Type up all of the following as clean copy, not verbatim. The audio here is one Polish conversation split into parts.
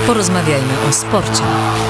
Porozmawiajmy o sporcie.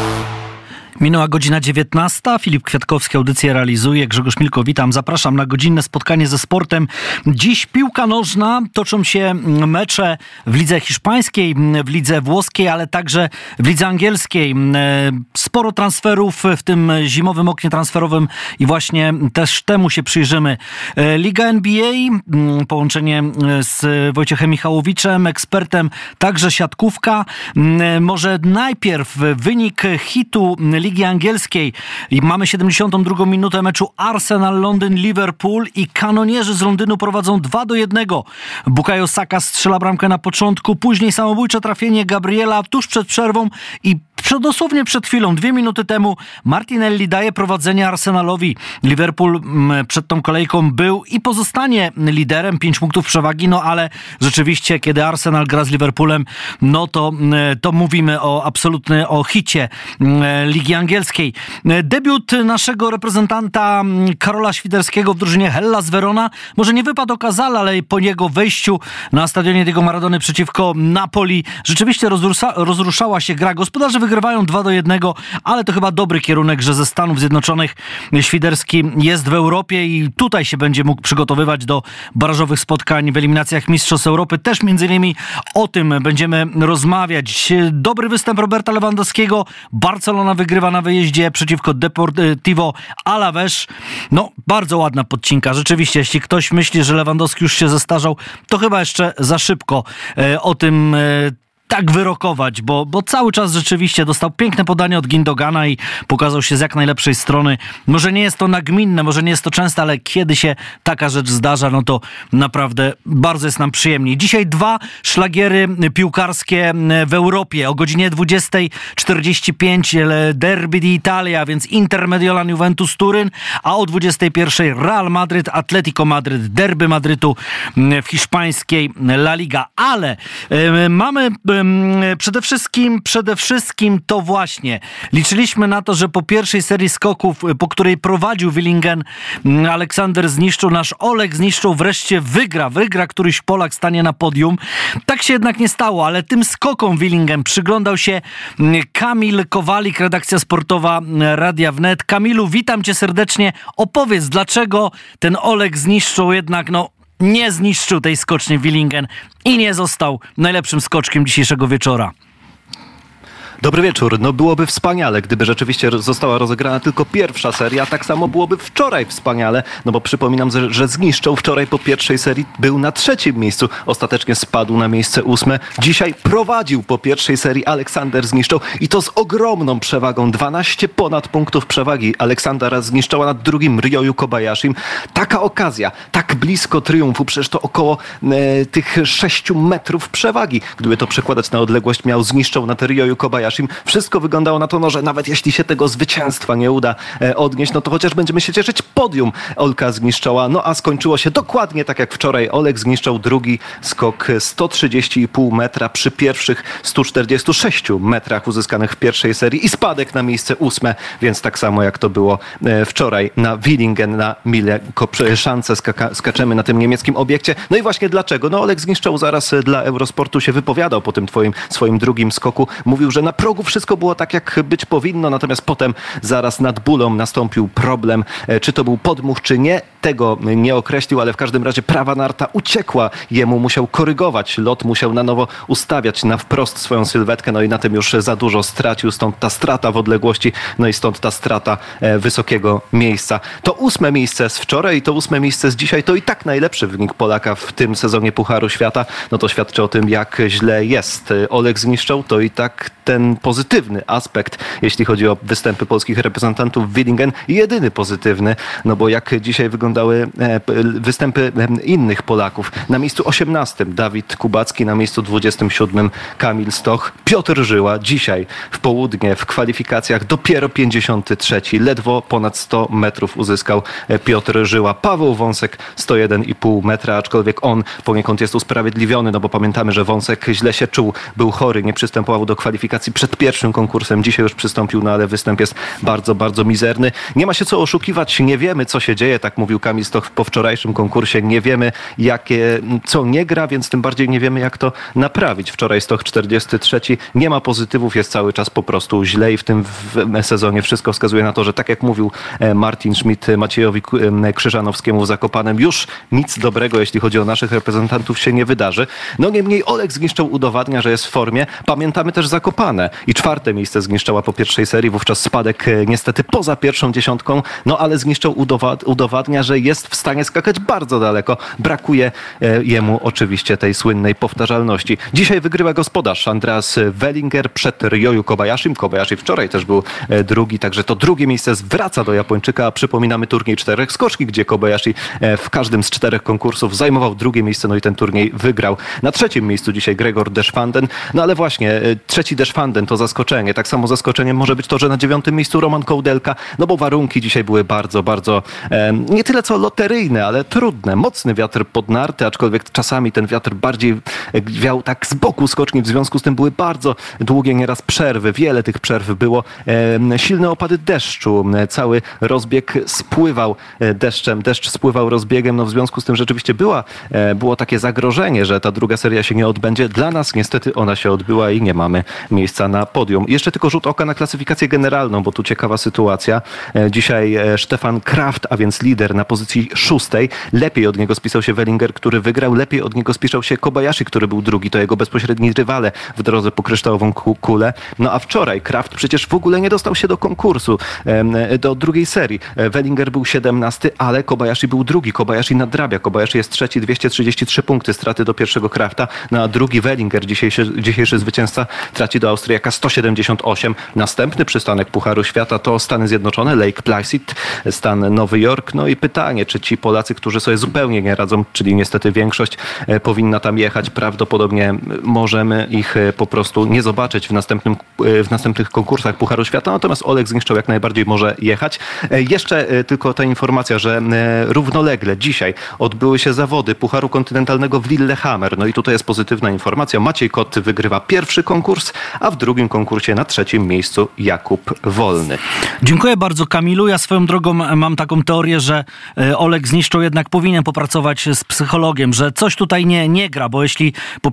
Minęła godzina 19. Filip Kwiatkowski audycję realizuje. Grzegorz Milko, witam. Zapraszam na godzinne spotkanie ze sportem. Dziś piłka nożna. Toczą się mecze w lidze hiszpańskiej, w lidze włoskiej, ale także w lidze angielskiej. Sporo transferów w tym zimowym oknie transferowym i właśnie też temu się przyjrzymy. Liga NBA, połączenie z Wojciechem Michałowiczem, ekspertem, także siatkówka. Może najpierw wynik hitu Ligi Angielskiej. I mamy 72. minutę meczu Arsenal-Londyn-Liverpool i kanonierzy z Londynu prowadzą 2-1. Bukayo Saka strzela bramkę na początku, później samobójcze trafienie Gabriela tuż przed przerwą i dosłownie przed chwilą, 2 minuty temu, Martinelli daje prowadzenie Arsenalowi. Liverpool przed tą kolejką był i pozostanie liderem, 5 punktów przewagi, no ale rzeczywiście, kiedy Arsenal gra z Liverpoolem, no to mówimy o hicie Ligi Angielskiej. Debiut naszego reprezentanta Karola Świderskiego w drużynie Hellas Verona może nie wypadł okazale, ale po jego wejściu na stadionie Diego Maradony przeciwko Napoli rzeczywiście rozruszała się gra. Gospodarze wygrywają 2-1, ale to chyba dobry kierunek, że ze Stanów Zjednoczonych Świderski jest w Europie i tutaj się będzie mógł przygotowywać do barażowych spotkań w eliminacjach Mistrzostw Europy. Też między innymi o tym będziemy rozmawiać. Dobry występ Roberta Lewandowskiego. Barcelona wygrywa na wyjeździe przeciwko Deportivo Alavés. No, bardzo ładna podcinka. Rzeczywiście, jeśli ktoś myśli, że Lewandowski już się zestarzał, to chyba jeszcze za szybko o tym tak wyrokować, bo cały czas rzeczywiście dostał piękne podanie od Gindogana i pokazał się z jak najlepszej strony. Może nie jest to nagminne, może nie jest to częste, ale kiedy się taka rzecz zdarza, no to naprawdę bardzo jest nam przyjemnie. Dzisiaj 2 szlagiery piłkarskie w Europie. O godzinie 20:45 Derby d'Italia, więc Inter Mediolan Juventus Turyn, a o 21:00 Real Madryt Atletico Madryt, derby Madrytu w hiszpańskiej La Liga. Ale mamy przede wszystkim to właśnie. Liczyliśmy na to, że po pierwszej serii skoków, po której prowadził Willingen, Aleksander zniszczył, nasz Oleg zniszczył, wreszcie wygra któryś Polak, stanie na podium. Tak się jednak nie stało, ale tym skokom Willingen przyglądał się Kamil Kowalik, redakcja sportowa Radia Wnet. Kamilu, witam cię serdecznie. Opowiedz, dlaczego ten Oleg zniszczył jednak, nie zniszczył tej skoczni Willingen i nie został najlepszym skoczkiem dzisiejszego wieczora. Dobry wieczór. Byłoby wspaniale, gdyby rzeczywiście została rozegrana tylko pierwsza seria. Tak samo byłoby wczoraj wspaniale, bo przypominam, że zniszczał wczoraj po pierwszej serii, był na 3. miejscu. Ostatecznie spadł na miejsce 8. Dzisiaj prowadził po pierwszej serii Aleksander zniszczał i to z ogromną przewagą. 12 ponad punktów przewagi Aleksandra zniszczała nad drugim Ryoyu Kobayashim. Taka okazja, tak blisko triumfu, przecież to około tych 6 metrów przewagi. Gdyby to przekładać na odległość, miał zniszczał nad Ryoyu Kobayashim. Wszystko wyglądało na to, że nawet jeśli się tego zwycięstwa nie uda odnieść, to chociaż będziemy się cieszyć podium Olka Zniszczała. A skończyło się dokładnie tak jak wczoraj. Olek zniszczał drugi skok 130,5 metra przy pierwszych 146 metrach uzyskanych w pierwszej serii i spadek na miejsce 8, więc tak samo jak to było wczoraj na Willingen, na Mille Szance skaczemy na tym niemieckim obiekcie. I właśnie dlaczego? Olek Zniszczał zaraz dla Eurosportu się wypowiadał po tym swoim drugim skoku. Mówił, że na progu wszystko było tak, jak być powinno, natomiast potem zaraz nad Bulą nastąpił problem. Czy to był podmuch, czy nie? Tego nie określił, ale w każdym razie prawa narta uciekła jemu, musiał korygować lot, musiał na nowo ustawiać na wprost swoją sylwetkę, i na tym już za dużo stracił, stąd ta strata w odległości, i stąd ta strata wysokiego miejsca. To 8 miejsce z wczoraj i to 8 miejsce z dzisiaj to i tak najlepszy wynik Polaka w tym sezonie Pucharu Świata. To świadczy o tym, jak źle jest. Oleg Zniszczał to i tak ten pozytywny aspekt, jeśli chodzi o występy polskich reprezentantów w Willingen, jedyny pozytywny, bo jak dzisiaj wyglądały występy innych Polaków. Na miejscu 18 Dawid Kubacki, na miejscu 27 Kamil Stoch, Piotr Żyła dzisiaj w południe w kwalifikacjach dopiero 53, ledwo ponad 100 metrów uzyskał Piotr Żyła. Paweł Wąsek 101,5 metra, aczkolwiek on poniekąd jest usprawiedliwiony, bo pamiętamy, że Wąsek źle się czuł, był chory, nie przystępował do kwalifikacji przed pierwszym konkursem. Dzisiaj już przystąpił, no ale występ jest bardzo, bardzo mizerny. Nie ma się co oszukiwać, nie wiemy, co się dzieje, tak mówił Kamil Stoch po wczorajszym konkursie. Nie wiemy, co nie gra, więc tym bardziej nie wiemy, jak to naprawić. Wczoraj Stoch 43. Nie ma pozytywów, jest cały czas po prostu źle i w tym sezonie wszystko wskazuje na to, że tak jak mówił Martin Schmidt Maciejowi Krzyżanowskiemu w Zakopanem, już nic dobrego, jeśli chodzi o naszych reprezentantów, się nie wydarzy. No niemniej Oleg Zniszczoł udowadnia, że jest w formie. Pamiętamy też Zakopane i 4. miejsce Zniszczała po pierwszej serii, wówczas spadek niestety poza pierwszą dziesiątką, no ale Zniszczał udowadnia, że jest w stanie skakać bardzo daleko. Brakuje jemu oczywiście tej słynnej powtarzalności. Dzisiaj wygrywa gospodarz Andreas Wellinger przed Ryoyu Kobayashim. Kobayashi wczoraj też był drugi, także to drugie miejsce wraca do Japończyka, a przypominamy turniej 4 skoczni, gdzie Kobayashi w każdym z 4 konkursów zajmował drugie miejsce, no i ten turniej wygrał. Na 3. miejscu dzisiaj Gregor Deschwanden, no ale właśnie 3. Deschwanden to zaskoczenie. Tak samo zaskoczeniem może być to, że na 9. miejscu Roman Kołdelka, no bo warunki dzisiaj były bardzo, bardzo nie tyle co loteryjne, ale trudne. Mocny wiatr pod narty, aczkolwiek czasami ten wiatr bardziej wiał tak z boku skoczni, w związku z tym były bardzo długie nieraz przerwy. Wiele tych przerw było. Silne opady deszczu. Cały rozbieg spływał deszczem. Deszcz spływał rozbiegiem. No w związku z tym rzeczywiście było takie zagrożenie, że ta druga seria się nie odbędzie. Dla nas niestety ona się odbyła i nie mamy miejsca na podium. Jeszcze tylko rzut oka na klasyfikację generalną, bo tu ciekawa sytuacja. Dzisiaj Stefan Kraft, a więc lider na pozycji 6. Lepiej od niego spisał się Wellinger, który wygrał. Lepiej od niego spisał się Kobayashi, który był drugi. To jego bezpośredni rywale w drodze po kryształową kulę. No a wczoraj Kraft przecież w ogóle nie dostał się do konkursu, do drugiej serii. Wellinger był 17, ale Kobayashi był drugi. Kobayashi nadrabia. Kobayashi jest trzeci, 233 punkty straty do pierwszego Krafta. No a drugi Wellinger, dzisiejszy zwycięzca, traci do Austriaka 178. Następny przystanek Pucharu Świata to Stany Zjednoczone, Lake Placid, stan Nowy Jork. No i pytanie, czy ci Polacy, którzy sobie zupełnie nie radzą, czyli niestety większość, powinna tam jechać. Prawdopodobnie możemy ich po prostu nie zobaczyć w następnych konkursach Pucharu Świata, natomiast Oleg Zniszczał jak najbardziej może jechać. Jeszcze tylko ta informacja, że równolegle dzisiaj odbyły się zawody Pucharu Kontynentalnego w Lillehammer. No i tutaj jest pozytywna informacja. Maciej Kot wygrywa pierwszy konkurs, a w drugim konkursie na 3. miejscu Jakub Wolny. Dziękuję bardzo, Kamilu. Ja swoją drogą mam taką teorię, że Oleg Zniszczał jednak powinien popracować z psychologiem, że coś tutaj nie gra, bo jeśli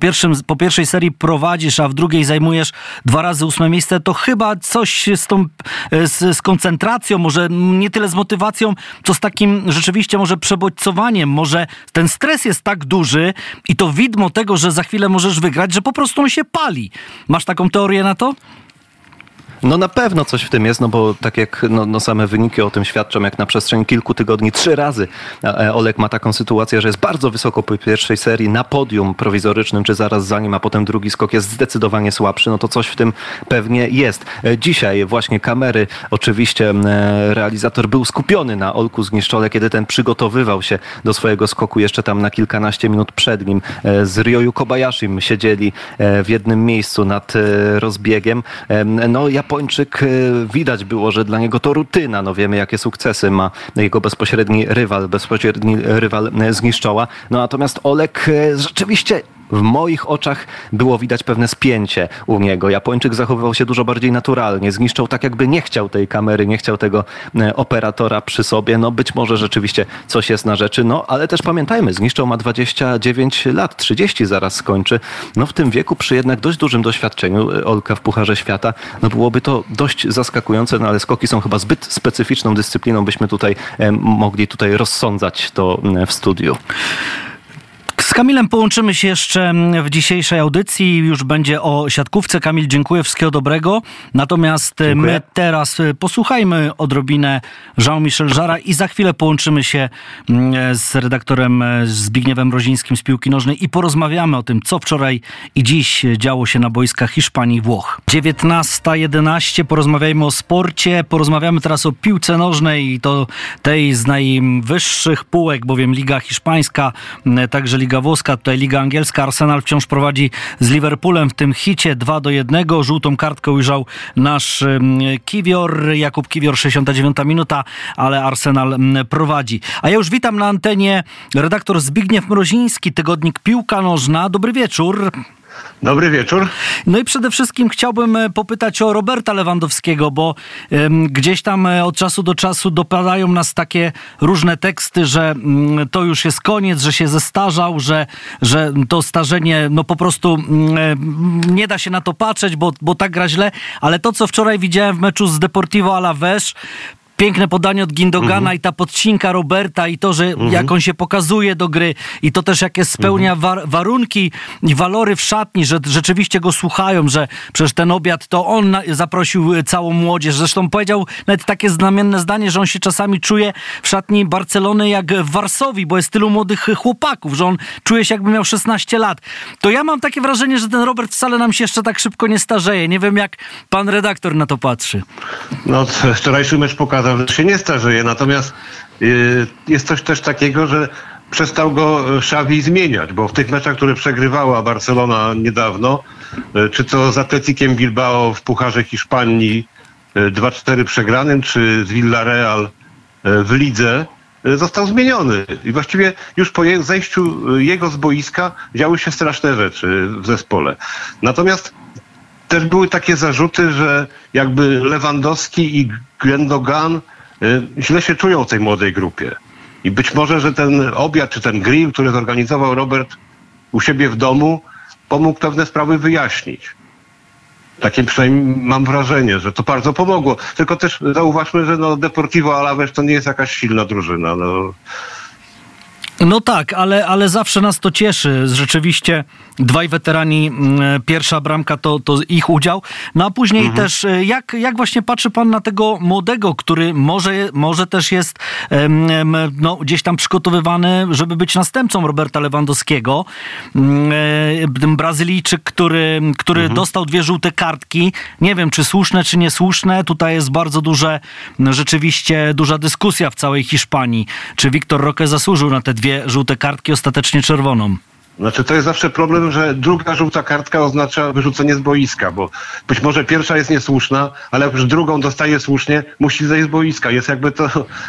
po pierwszej serii prowadzisz, a w drugiej zajmujesz 2 razy 8. miejsce, to chyba coś z koncentracją, może nie tyle z motywacją, co z takim rzeczywiście może przebodźcowaniem. Może ten stres jest tak duży i to widmo tego, że za chwilę możesz wygrać, że po prostu on się pali. Masz taką teorię na to? No na pewno coś w tym jest, no bo tak jak same wyniki o tym świadczą, jak na przestrzeni kilku tygodni 3 razy Oleg ma taką sytuację, że jest bardzo wysoko po pierwszej serii na podium prowizorycznym, czy zaraz za nim, a potem drugi skok jest zdecydowanie słabszy, no to coś w tym pewnie jest. Dzisiaj właśnie kamery, oczywiście realizator był skupiony na Olku Zniszczole, kiedy ten przygotowywał się do swojego skoku jeszcze tam na kilkanaście minut przed nim. Z Ryoyu Kobayashim siedzieli w jednym miejscu nad rozbiegiem. No Japończyk widać było, że dla niego to rutyna. No wiemy, jakie sukcesy ma jego bezpośredni rywal Zniszczoła. No natomiast Oleg rzeczywiście w moich oczach było widać pewne spięcie u niego. Japończyk zachowywał się dużo bardziej naturalnie. Zniszczał tak, jakby nie chciał tej kamery, nie chciał tego operatora przy sobie. No być może rzeczywiście coś jest na rzeczy. No ale też pamiętajmy, Zniszczał ma 29 lat, 30 zaraz skończy. No w tym wieku przy jednak dość dużym doświadczeniu Olka w Pucharze Świata, no byłoby to dość zaskakujące, no ale skoki są chyba zbyt specyficzną dyscypliną, byśmy tutaj mogli rozsądzać to w studiu. Z Kamilem połączymy się jeszcze w dzisiejszej audycji. Już będzie o siatkówce. Kamil, dziękuję. Wszystkiego dobrego. Natomiast dziękuję. My teraz posłuchajmy odrobinę Jean-Michel Jarra i za chwilę połączymy się z redaktorem Zbigniewem Mrozińskim z Piłki Nożnej i porozmawiamy o tym, co wczoraj i dziś działo się na boiskach Hiszpanii i Włoch. 19:11. Porozmawiajmy o sporcie. Porozmawiamy teraz o piłce nożnej i to tej z najwyższych półek, bowiem Liga Hiszpańska, także Liga Włoska, tutaj Liga Angielska. Arsenal wciąż prowadzi z Liverpoolem w tym hicie 2-1. Żółtą kartkę ujrzał nasz Kiwior, Jakub Kiwior, 69 minuta, ale Arsenal prowadzi. A ja już witam na antenie redaktor Zbigniew Mroziński, tygodnik Piłka Nożna. Dobry wieczór. Dobry wieczór. No i przede wszystkim chciałbym popytać o Roberta Lewandowskiego, bo gdzieś tam od czasu do czasu dopadają nas takie różne teksty, że to już jest koniec, że się zestarzał, że to starzenie no po prostu nie da się na to patrzeć, bo tak gra źle, ale to, co wczoraj widziałem w meczu z Deportivo Alavés, piękne podanie od Gindogana i ta podcinka Roberta i to, że jak on się pokazuje do gry i to też jakie spełnia warunki i walory w szatni, że rzeczywiście go słuchają, że przecież ten obiad to on zaprosił całą młodzież. Zresztą powiedział nawet takie znamienne zdanie, że on się czasami czuje w szatni Barcelony jak w Warsowii, bo jest tylu młodych chłopaków, że on czuje się jakby miał 16 lat. To ja mam takie wrażenie, że ten Robert wcale nam się jeszcze tak szybko nie starzeje. Nie wiem, jak pan redaktor na to patrzy. No, wczorajszy mecz pokazał, że się nie starzeje, natomiast jest coś też takiego, że przestał go Xavi zmieniać, bo w tych meczach, które przegrywała Barcelona niedawno, czy to z Atletikiem Bilbao w Pucharze Hiszpanii 2-4 przegranym, czy z Villarreal w lidze, został zmieniony. I właściwie już po zejściu jego z boiska działy się straszne rzeczy w zespole. Natomiast też były takie zarzuty, że jakby Lewandowski i Gundogan źle się czują w tej młodej grupie. I być może, że ten obiad czy ten grill, który zorganizował Robert u siebie w domu, pomógł pewne sprawy wyjaśnić. Takie przynajmniej mam wrażenie, że to bardzo pomogło. Tylko też zauważmy, że Deportivo Alavés to nie jest jakaś silna drużyna. No tak, ale zawsze nas to cieszy. Rzeczywiście dwaj weterani, pierwsza bramka to ich udział. No a później też, jak właśnie patrzy pan na tego młodego, który może też jest gdzieś tam przygotowywany, żeby być następcą Roberta Lewandowskiego. Ten Brazylijczyk, który dostał 2 żółte kartki. Nie wiem, czy słuszne, czy niesłuszne. Tutaj jest bardzo rzeczywiście duża dyskusja w całej Hiszpanii. Czy Victor Roque zasłużył na te 2 żółte kartki, ostatecznie czerwoną? Znaczy to jest zawsze problem, że druga żółta kartka oznacza wyrzucenie z boiska, bo być może pierwsza jest niesłuszna, ale jak już drugą dostaje słusznie, musi zejść z boiska. Jest jakby to...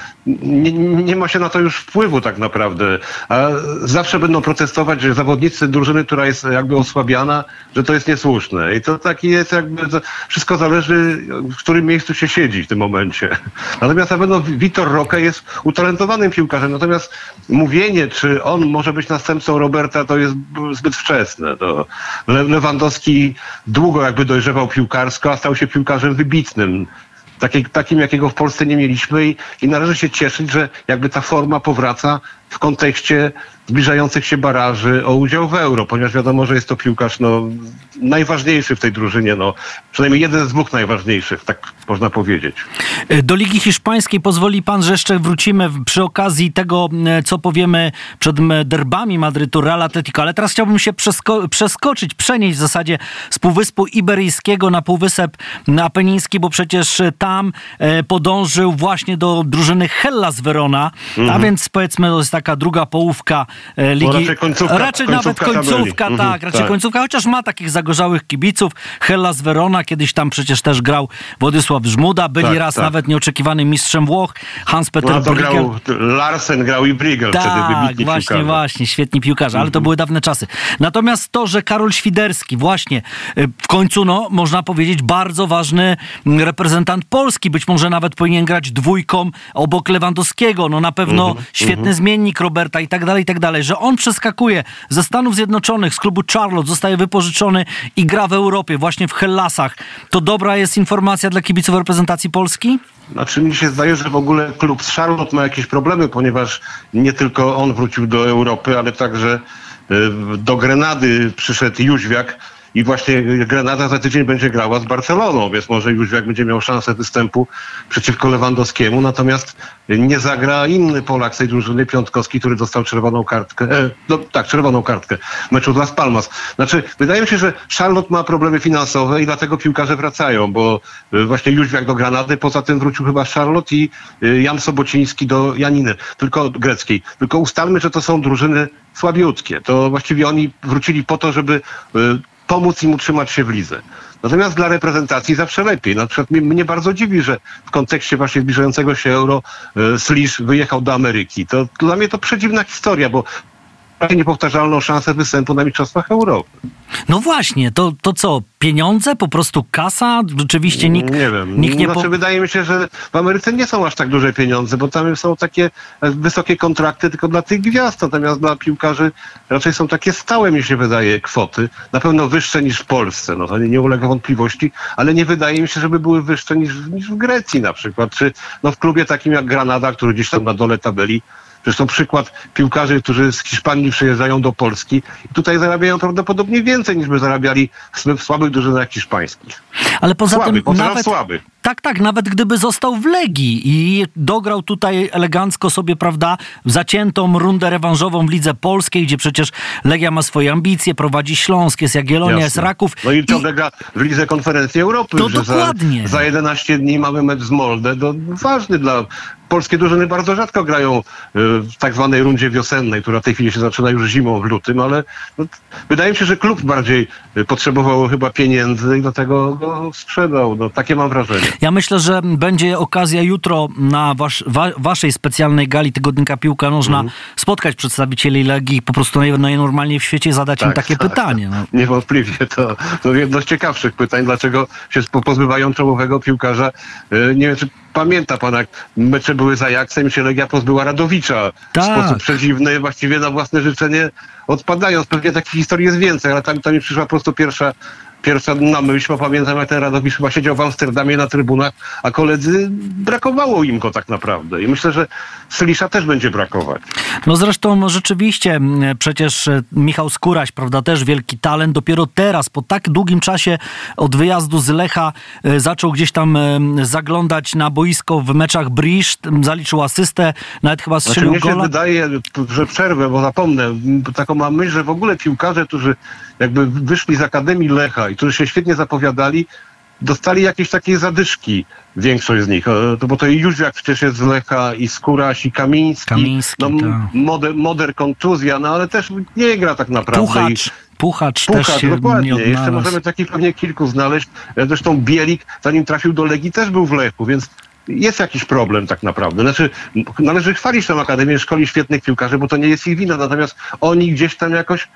Nie ma się na to już wpływu tak naprawdę. A zawsze będą protestować, że zawodnicy drużyny, która jest jakby osłabiana, że to jest niesłuszne. I to taki jest jakby... To wszystko zależy, w którym miejscu się siedzi w tym momencie. Natomiast na pewno Vitor Roque jest utalentowanym piłkarzem. Natomiast mówienie, czy on może być następcą Roberta, to jest zbyt wczesne. To Lewandowski długo jakby dojrzewał piłkarsko, a stał się piłkarzem wybitnym. Takim, jakiego w Polsce nie mieliśmy i należy się cieszyć, że jakby ta forma powraca w kontekście zbliżających się baraży o udział w Euro, ponieważ wiadomo, że jest to piłkarz najważniejszy w tej drużynie, przynajmniej jeden z 2 najważniejszych, tak można powiedzieć. Do Ligi Hiszpańskiej pozwoli pan, że jeszcze wrócimy przy okazji tego, co powiemy przed derbami Madrytu, Real Atletico, ale teraz chciałbym się przenieść w zasadzie z Półwyspu Iberyjskiego na Półwysep Apeniński, bo przecież tam podążył właśnie do drużyny Hellas Verona, a więc powiedzmy to jest taka druga połówka ligi. Raczej nawet końcówka, końcówka, chociaż ma takich zagorzałych kibiców. Hellas Verona, kiedyś tam przecież też grał Władysław Żmuda, byli nawet nieoczekiwanym mistrzem Włoch, Hans-Peter Brygel. Larsen grał i Brygel wtedy, wybitni piłkarze. Właśnie, świetni piłkarze, ale to były dawne czasy. Natomiast to, że Karol Świderski właśnie w końcu, można powiedzieć, bardzo ważny reprezentant Polski, być może nawet powinien grać 2 obok Lewandowskiego, na pewno świetny zmiennik Roberta i tak dalej, że on przeskakuje ze Stanów Zjednoczonych, z klubu Charlotte, zostaje wypożyczony i gra w Europie, właśnie w Hellasach. To dobra jest informacja dla kibiców reprezentacji Polski? Znaczy mi się zdaje, że w ogóle klub z Charlotte ma jakieś problemy, ponieważ nie tylko on wrócił do Europy, ale także do Grenady przyszedł Jóźwiak i właśnie Grenada za tydzień będzie grała z Barceloną, więc może Jóźwiak będzie miał szansę występu przeciwko Lewandowskiemu, natomiast nie zagra inny Polak z tej drużyny, Piątkowski, który dostał czerwoną kartkę w meczu z Las Palmas. Znaczy, wydaje mi się, że Charlotte ma problemy finansowe i dlatego piłkarze wracają, bo właśnie Jóźwiak do Granady, poza tym wrócił chyba Charlotte i Jan Sobociński do Janiny, greckiej. Tylko ustalmy, że to są drużyny słabiutkie. To właściwie oni wrócili po to, żeby pomóc im utrzymać się w lidze. Natomiast dla reprezentacji zawsze lepiej. Na przykład mnie bardzo dziwi, że w kontekście właśnie zbliżającego się Euro Slisz wyjechał do Ameryki. To dla mnie to przedziwna historia, bo niepowtarzalną szansę występu na Mistrzostwach Europy. No właśnie, to co? Pieniądze? Po prostu kasa? Rzeczywiście nikt nie wiem. Znaczy, wydaje mi się, że w Ameryce nie są aż tak duże pieniądze, bo tam są takie wysokie kontrakty tylko dla tych gwiazd, natomiast dla piłkarzy raczej są takie stałe, mi się wydaje, kwoty. Na pewno wyższe niż w Polsce, no to nie ulega wątpliwości, ale nie wydaje mi się, żeby były wyższe niż w Grecji na przykład, czy w klubie takim jak Granada, który gdzieś tam na dole tabeli. Zresztą przykład piłkarzy, którzy z Hiszpanii przyjeżdżają do Polski i tutaj zarabiają prawdopodobnie więcej niż by zarabiali w słabych drużynach hiszpańskich. Ale poza tym nawet słaby. Tak, nawet gdyby został w Legii i dograł tutaj elegancko sobie, prawda, zaciętą rundę rewanżową w Lidze Polskiej, gdzie przecież Legia ma swoje ambicje, prowadzi Śląsk, jest Jagiellonia, jest Raków. No i ciągle gra w Lidze Konferencji Europy, to że dokładnie. Za 11 dni mamy mecz z Molde, to ważny dla... Polskie drużyny bardzo rzadko grają w tak zwanej rundzie wiosennej, która w tej chwili się zaczyna już zimą w lutym, ale wydaje mi się, że klub bardziej potrzebował chyba pieniędzy i dlatego go sprzedał. No, takie mam wrażenie. Ja myślę, że będzie okazja jutro na waszej specjalnej gali Tygodnika Piłka Nożna spotkać przedstawicieli Legii i po prostu najnormalniej w świecie zadać im takie pytanie. No. Niewątpliwie to jedno z ciekawszych pytań, dlaczego się pozbywają czołowego piłkarza. Nie wiem, czy pamięta pan, jak mecze były z Ajaxem i się Legia pozbyła Radowicza w sposób przedziwny, właściwie na własne życzenie odpadając. Pewnie takich historii jest więcej, ale tam mi przyszła po prostu pierwsza na myśl, bo pamiętam, jak ten Radowicz chyba siedział w Amsterdamie na trybunach, a koledzy, brakowało im go tak naprawdę. I myślę, że Sylisza też będzie brakować. No zresztą rzeczywiście przecież Michał Skóraś, prawda, też wielki talent, dopiero teraz, po tak długim czasie od wyjazdu z Lecha zaczął gdzieś tam zaglądać na boisko w meczach Brisz, zaliczył asystę, nawet chyba strzelił gola. Mnie się wydaje, że przerwę, bo zapomnę, taką mam myśl, że w ogóle piłkarze, którzy jakby wyszli z Akademii Lecha i którzy się świetnie zapowiadali, dostali jakieś takie zadyszki, większość z nich. Bo to i Jóźwiak przecież jest z Lecha, i Skóraś, i Kamiński no, Moder kontuzja, no ale też nie gra tak naprawdę. Puchacz też się dokładnie. nie odnalazł. Jeszcze możemy takich pewnie kilku znaleźć. Zresztą Bielik, zanim trafił do Legii, też był w Lechu, więc jest jakiś problem tak naprawdę. Znaczy, należy chwalić tę Akademię, szkoli świetnych piłkarzy, bo to nie jest ich wina, natomiast oni gdzieś tam jakoś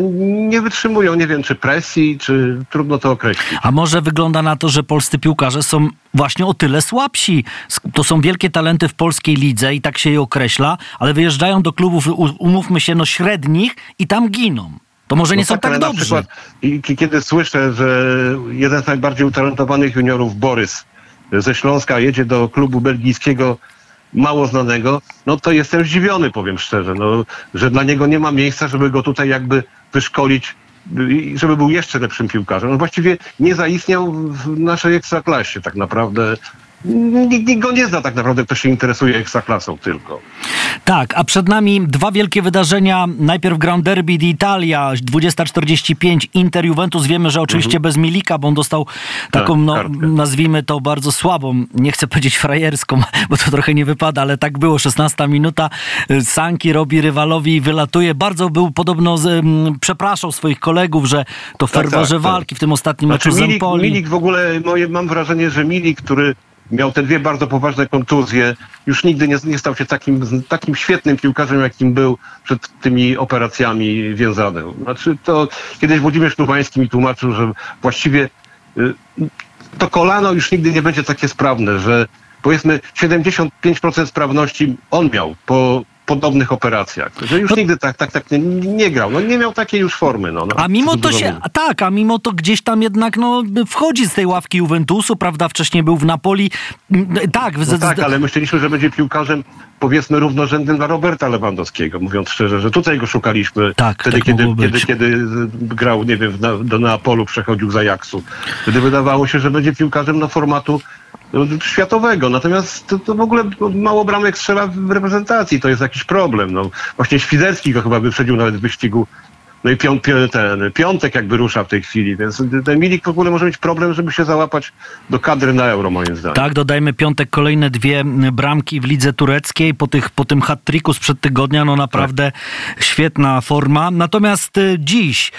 nie wytrzymują, nie wiem, czy presji, czy trudno to określić. A może wygląda na to, że polscy piłkarze są właśnie o tyle słabsi. To są wielkie talenty w polskiej lidze i tak się je określa, ale wyjeżdżają do klubów, umówmy się, średnich i tam giną. To może nie są tak dobrzy. Na przykład, kiedy słyszę, że jeden z najbardziej utalentowanych juniorów, Borys ze Śląska, jedzie do klubu belgijskiego mało znanego, no to jestem zdziwiony, powiem szczerze, że dla niego nie ma miejsca, żeby go tutaj jakby wyszkolić, żeby był jeszcze lepszym piłkarzem. On właściwie nie zaistniał w naszej ekstraklasie tak naprawdę. Nikt go nie zna tak naprawdę, kto się interesuje ekstraklasą tylko. Tak, a przed nami dwa wielkie wydarzenia. Najpierw Grand Derby d'Italia, 20:45, Inter Juventus. Wiemy, że oczywiście bez Milika, bo on dostał taką, nazwijmy to bardzo słabą, nie chcę powiedzieć frajerską, bo to trochę nie wypada, ale tak było, 16 minuta. Sanki robi rywalowi i wylatuje. Bardzo był podobno, przepraszał swoich kolegów, że to w ferworze walki w tym ostatnim meczu z Empoli. Milik w ogóle, mam wrażenie, że Milik, który miał te dwie bardzo poważne kontuzje, już nigdy nie stał się takim świetnym piłkarzem, jakim był przed tymi operacjami wiązany. Znaczy, to kiedyś Włodzimierz Tubański mi tłumaczył, że właściwie to kolano już nigdy nie będzie takie sprawne, że powiedzmy 75% sprawności on miał po podobnych operacjach, że już nigdy tak nie grał. Nie miał takiej już formy. A mimo to gdzieś tam jednak wchodzi z tej ławki Juventusu, prawda? Wcześniej był w Napoli. Ale myśleliśmy, że będzie piłkarzem powiedzmy równorzędnym dla Roberta Lewandowskiego, mówiąc szczerze, że tutaj go szukaliśmy wtedy, kiedy grał, nie wiem, do Neapolu, przechodził z Ajaxu. Wtedy wydawało się, że będzie piłkarzem formatu światowego. Natomiast to w ogóle mało bramek strzela w reprezentacji. To jest jakiś problem. Właśnie Świderski go chyba wyprzedził nawet w wyścigu No i ten piątek jakby rusza w tej chwili, więc ten Milik w ogóle może mieć problem, żeby się załapać do kadry na Euro, moim zdaniem. Tak, dodajmy piątek kolejne 2 bramki w lidze tureckiej po tym hat-tricku sprzed tygodnia, no naprawdę świetna forma. Natomiast dziś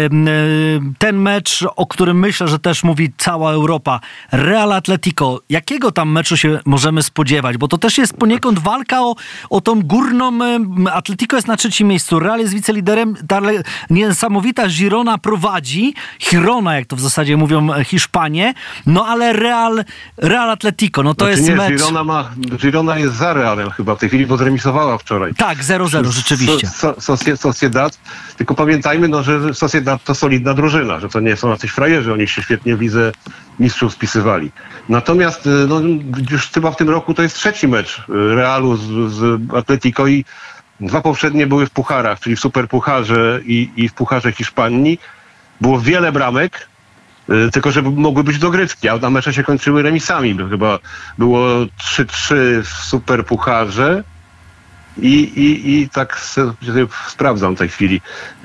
ten mecz, o którym myślę, że też mówi cała Europa, Real Atletico, jakiego tam meczu się możemy spodziewać? Bo to też jest poniekąd walka o tą górną. Atletico jest na 3. miejscu, Real jest wiceliderem, niesamowita Girona prowadzi, Girona, jak to w zasadzie mówią Hiszpanie, no ale Real Atletico, no to znaczy jest nie, mecz... Girona jest za Realem chyba w tej chwili, bo zremisowała wczoraj. Tak, 0-0 rzeczywiście. Sociedad, tylko pamiętajmy, no, że Sociedad to solidna drużyna, że to nie są jacyś frajerzy, oni się świetnie w lidze mistrzów spisywali. Natomiast no, już chyba w tym roku to jest 3. mecz Realu z Atletico i 2 poprzednie były w pucharach, czyli w Superpucharze i w Pucharze Hiszpanii. Było wiele bramek, tylko że mogły być dogrywki, a mecze się kończyły remisami. Chyba było 3-3 w Superpucharze i tak sprawdzam w tej chwili.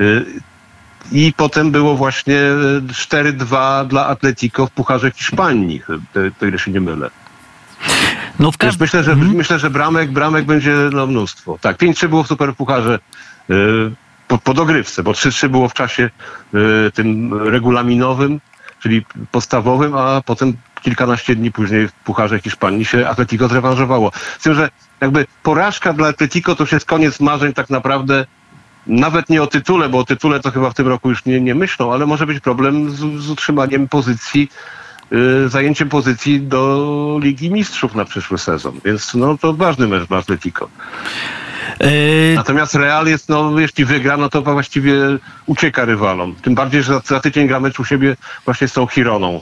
I potem było właśnie 4-2 dla Atletico w Pucharze Hiszpanii, to ile się nie mylę. No myślę, że bramek będzie mnóstwo. Tak, 5-3 było w Superpucharze po dogrywce, bo 3-3 było w czasie tym regulaminowym, czyli podstawowym, a potem kilkanaście dni później w Pucharze Hiszpanii się Atletico zrewanżowało. Z tym, że jakby porażka dla Atletico to już jest koniec marzeń tak naprawdę, nawet nie o tytule, bo o tytule to chyba w tym roku już nie myślą, ale może być problem z utrzymaniem pozycji, zajęciem pozycji do Ligi Mistrzów na przyszły sezon. Więc no, to ważny mecz dla Atletico. Natomiast Real jest, no, jeśli wygra, no to właściwie ucieka rywalom. Tym bardziej, że za tydzień gra mecz u siebie właśnie z tą Gironą.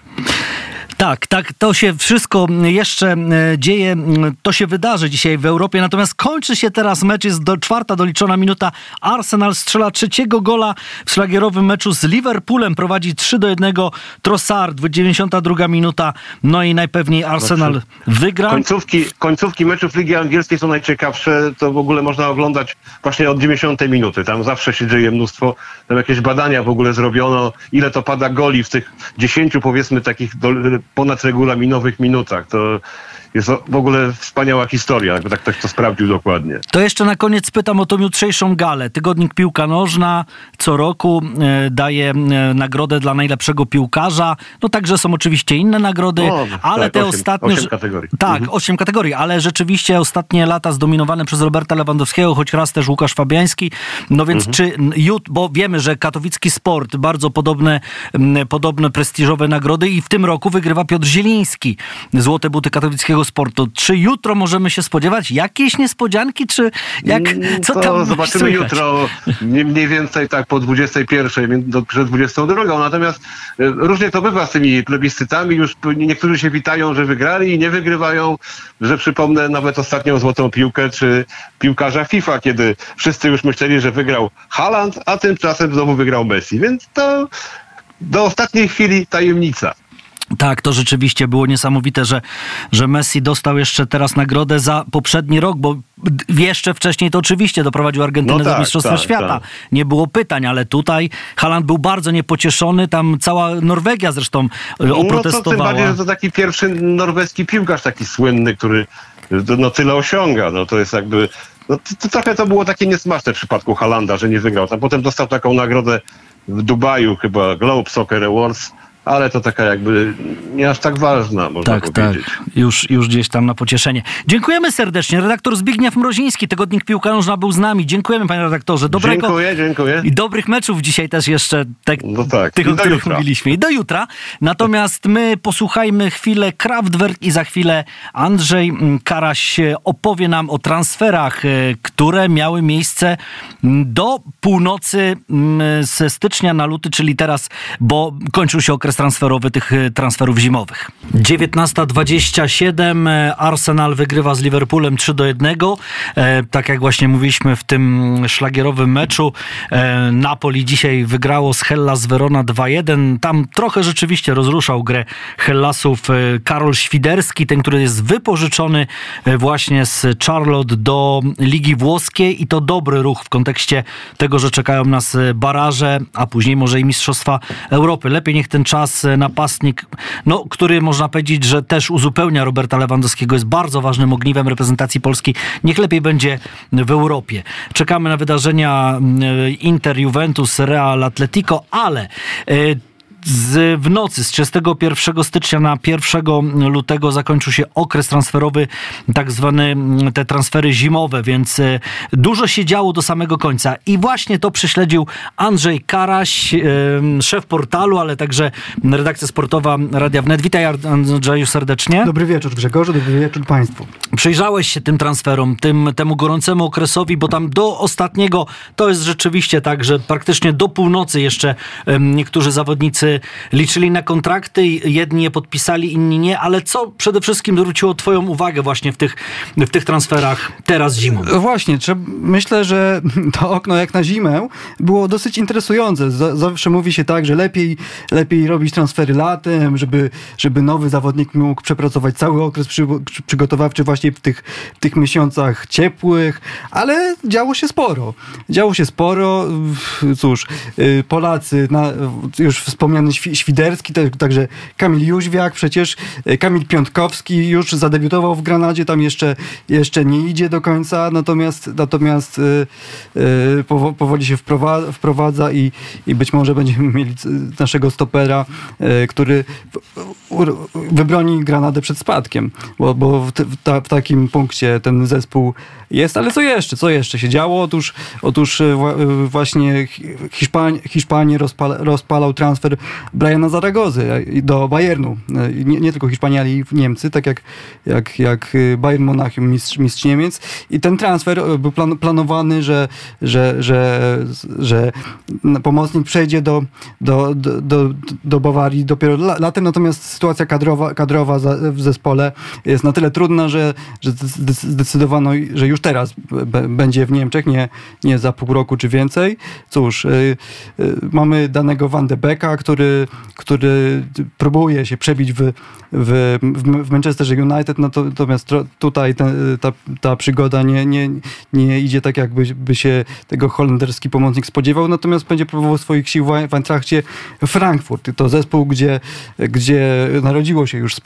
Tak, to się wszystko jeszcze dzieje, to się wydarzy dzisiaj w Europie, natomiast kończy się teraz mecz, jest 4. doliczona minuta, Arsenal strzela 3. gola w szlagierowym meczu z Liverpoolem, prowadzi 3-1 Trossard, 92 minuta, no i najpewniej Arsenal wygra. Końcówki meczów Ligi Angielskiej są najciekawsze, to w ogóle można oglądać właśnie od 90 minuty, tam zawsze się dzieje mnóstwo, tam jakieś badania w ogóle zrobiono, ile to pada goli w tych 10 powiedzmy takich ponadregulaminowych minutach. To jest w ogóle wspaniała historia, jakby tak ktoś to sprawdził dokładnie. To jeszcze na koniec pytam o tą jutrzejszą galę. Tygodnik Piłka Nożna co roku daje nagrodę dla najlepszego piłkarza. No także są oczywiście inne nagrody, ale tak, te ostatnie... 8 kategorii. Tak, 8 kategorii, ale rzeczywiście ostatnie lata zdominowane przez Roberta Lewandowskiego, choć raz też Łukasz Fabiański. No więc bo wiemy, że katowicki sport, bardzo podobne prestiżowe nagrody i w tym roku wygrywa Piotr Zieliński. Złote buty katowickiego sportu. Czy jutro możemy się spodziewać jakiejś niespodzianki, czy jak, co to tam zobaczymy słychać? Jutro, mniej więcej tak po 21, przed 22. Natomiast różnie to bywa z tymi plebiscytami. Już niektórzy się witają, że wygrali i nie wygrywają, że przypomnę nawet ostatnią złotą piłkę, czy piłkarza FIFA, kiedy wszyscy już myśleli, że wygrał Haaland, a tymczasem znowu wygrał Messi. Więc to do ostatniej chwili tajemnica. Tak, to rzeczywiście było niesamowite, że Messi dostał jeszcze teraz nagrodę za poprzedni rok, bo jeszcze wcześniej to oczywiście doprowadził Argentynę do Mistrzostwa Świata. Tak. Nie było pytań, ale tutaj Haaland był bardzo niepocieszony, tam cała Norwegia zresztą oprotestowała. No to tym bardziej, że to taki pierwszy norweski piłkarz, taki słynny, który tyle osiąga. No to jest jakby... to trochę to było takie niesmaczne w przypadku Haalanda, że nie wygrał. Tam potem dostał taką nagrodę w Dubaju, chyba Globe Soccer Awards, ale to taka jakby nie aż tak ważna, można powiedzieć. Tak, już gdzieś tam na pocieszenie. Dziękujemy serdecznie. Redaktor Zbigniew Mroziński, Tygodnik Piłka Nożna był z nami. Dziękujemy, panie redaktorze. Dziękuję. I dobrych meczów dzisiaj też jeszcze, tych, o których mówiliśmy. I do jutra. Natomiast my posłuchajmy chwilę Kraftwerk i za chwilę Andrzej Karaś opowie nam o transferach, które miały miejsce do północy ze stycznia na luty, czyli teraz, bo kończył się okres transferowy tych transferów zimowych. 19:27. Arsenal wygrywa z Liverpoolem 3-1. Tak jak właśnie mówiliśmy w tym szlagierowym meczu, Napoli dzisiaj wygrało z Hellas Verona 2-1. Tam trochę rzeczywiście rozruszał grę Hellasów Karol Świderski, ten, który jest wypożyczony właśnie z Charlotte do Ligi Włoskiej i to dobry ruch w kontekście tego, że czekają nas baraże, a później może i Mistrzostwa Europy. Lepiej niech ten czas napastnik, który można powiedzieć, że też uzupełnia Roberta Lewandowskiego, jest bardzo ważnym ogniwem reprezentacji Polski. Niech lepiej będzie w Europie. Czekamy na wydarzenia Inter, Juventus, Real, Atletico, ale w nocy z 31 stycznia na 1 lutego zakończył się okres transferowy, tak zwane te transfery zimowe, więc dużo się działo do samego końca i właśnie to prześledził Andrzej Karaś, szef portalu, ale także redakcja sportowa Radia Wnet. Witaj, Andrzeju, serdecznie. Dobry wieczór, Grzegorzu, dobry wieczór Państwu. Przyjrzałeś się tym transferom, temu gorącemu okresowi, bo tam do ostatniego to jest rzeczywiście tak, że praktycznie do północy jeszcze niektórzy zawodnicy liczyli na kontrakty, jedni je podpisali, inni nie, ale co przede wszystkim zwróciło twoją uwagę właśnie w tych transferach teraz zimą? Właśnie, myślę, że to okno jak na zimę było dosyć interesujące. Zawsze mówi się tak, że lepiej robić transfery latem, żeby nowy zawodnik mógł przepracować cały okres przygotowawczy właśnie w tych miesiącach ciepłych, ale działo się sporo. Cóż, Polacy, już wspomniany Świderski, także Kamil Jóźwiak, przecież Kamil Piątkowski już zadebiutował w Granadzie, tam jeszcze nie idzie do końca, natomiast powoli się wprowadza i być może będziemy mieli naszego stopera, który wybroni Granadę przed spadkiem, bo w takim punkcie ten zespół jest, ale co jeszcze się działo? Otóż właśnie Hiszpanii rozpalał transfer Briana Zaragozy do Bayernu. Nie tylko Hiszpania, ale i Niemcy, tak jak Bayern Monachium, mistrz Niemiec. I ten transfer był planowany, że pomocnik przejdzie do Bawarii dopiero latem, natomiast sytuacja kadrowa w zespole jest na tyle trudna, że zdecydowano, że już teraz będzie w Niemczech, nie za pół roku czy więcej. Cóż, mamy danego Van de Beeka, który próbuje się przebić w Manchesterze United, natomiast tutaj ta przygoda nie idzie tak, jakby się tego holenderski pomocnik spodziewał, natomiast będzie próbował swoich sił w Eintrachcie Frankfurt. To zespół, gdzie narodziło się już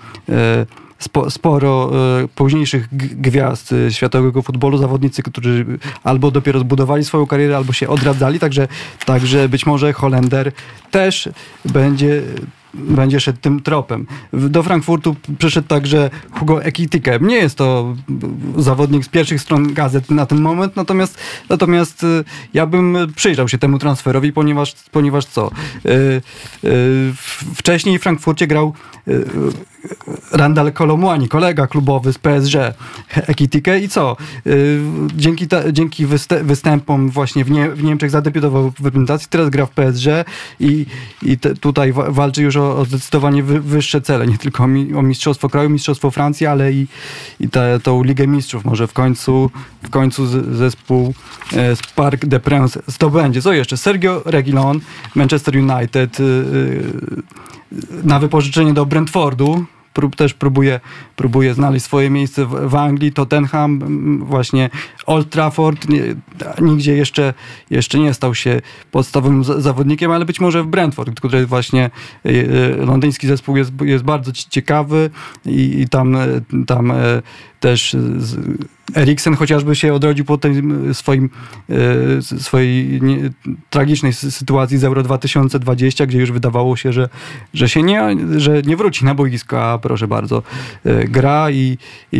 sporo późniejszych gwiazd światowego futbolu, zawodnicy, którzy albo dopiero zbudowali swoją karierę, albo się odradzali, także być może Holender też będzie szedł tym tropem. Do Frankfurtu przyszedł także Hugo Ekitike. Nie jest to zawodnik z pierwszych stron gazet na ten moment, natomiast ja bym przyjrzał się temu transferowi, ponieważ co? Wcześniej w Frankfurcie grał Randal Kolo-Muani, kolega klubowy z PSG, Ekitike, i co? Dzięki występom właśnie w Niemczech zadebiutował w reprezentacji, teraz gra w PSG i tutaj walczy już o zdecydowanie wyższe cele, nie tylko o mistrzostwo kraju, mistrzostwo Francji, ale i tą Ligę Mistrzów. Może w końcu zespół z Parc des Princes zdobędzie. Co jeszcze? Sergio Reguilón, Manchester United, na wypożyczenie do Brentfordu. Też próbuje znaleźć swoje miejsce w Anglii. Tottenham, właśnie Old Trafford, nigdzie jeszcze nie stał się podstawowym zawodnikiem, ale być może w Brentford, który właśnie londyński zespół jest bardzo ciekawy i tam też Eriksen chociażby się odrodził po tej swojej tragicznej sytuacji z Euro 2020, gdzie już wydawało się, że nie wróci na boisko, a proszę bardzo, gra i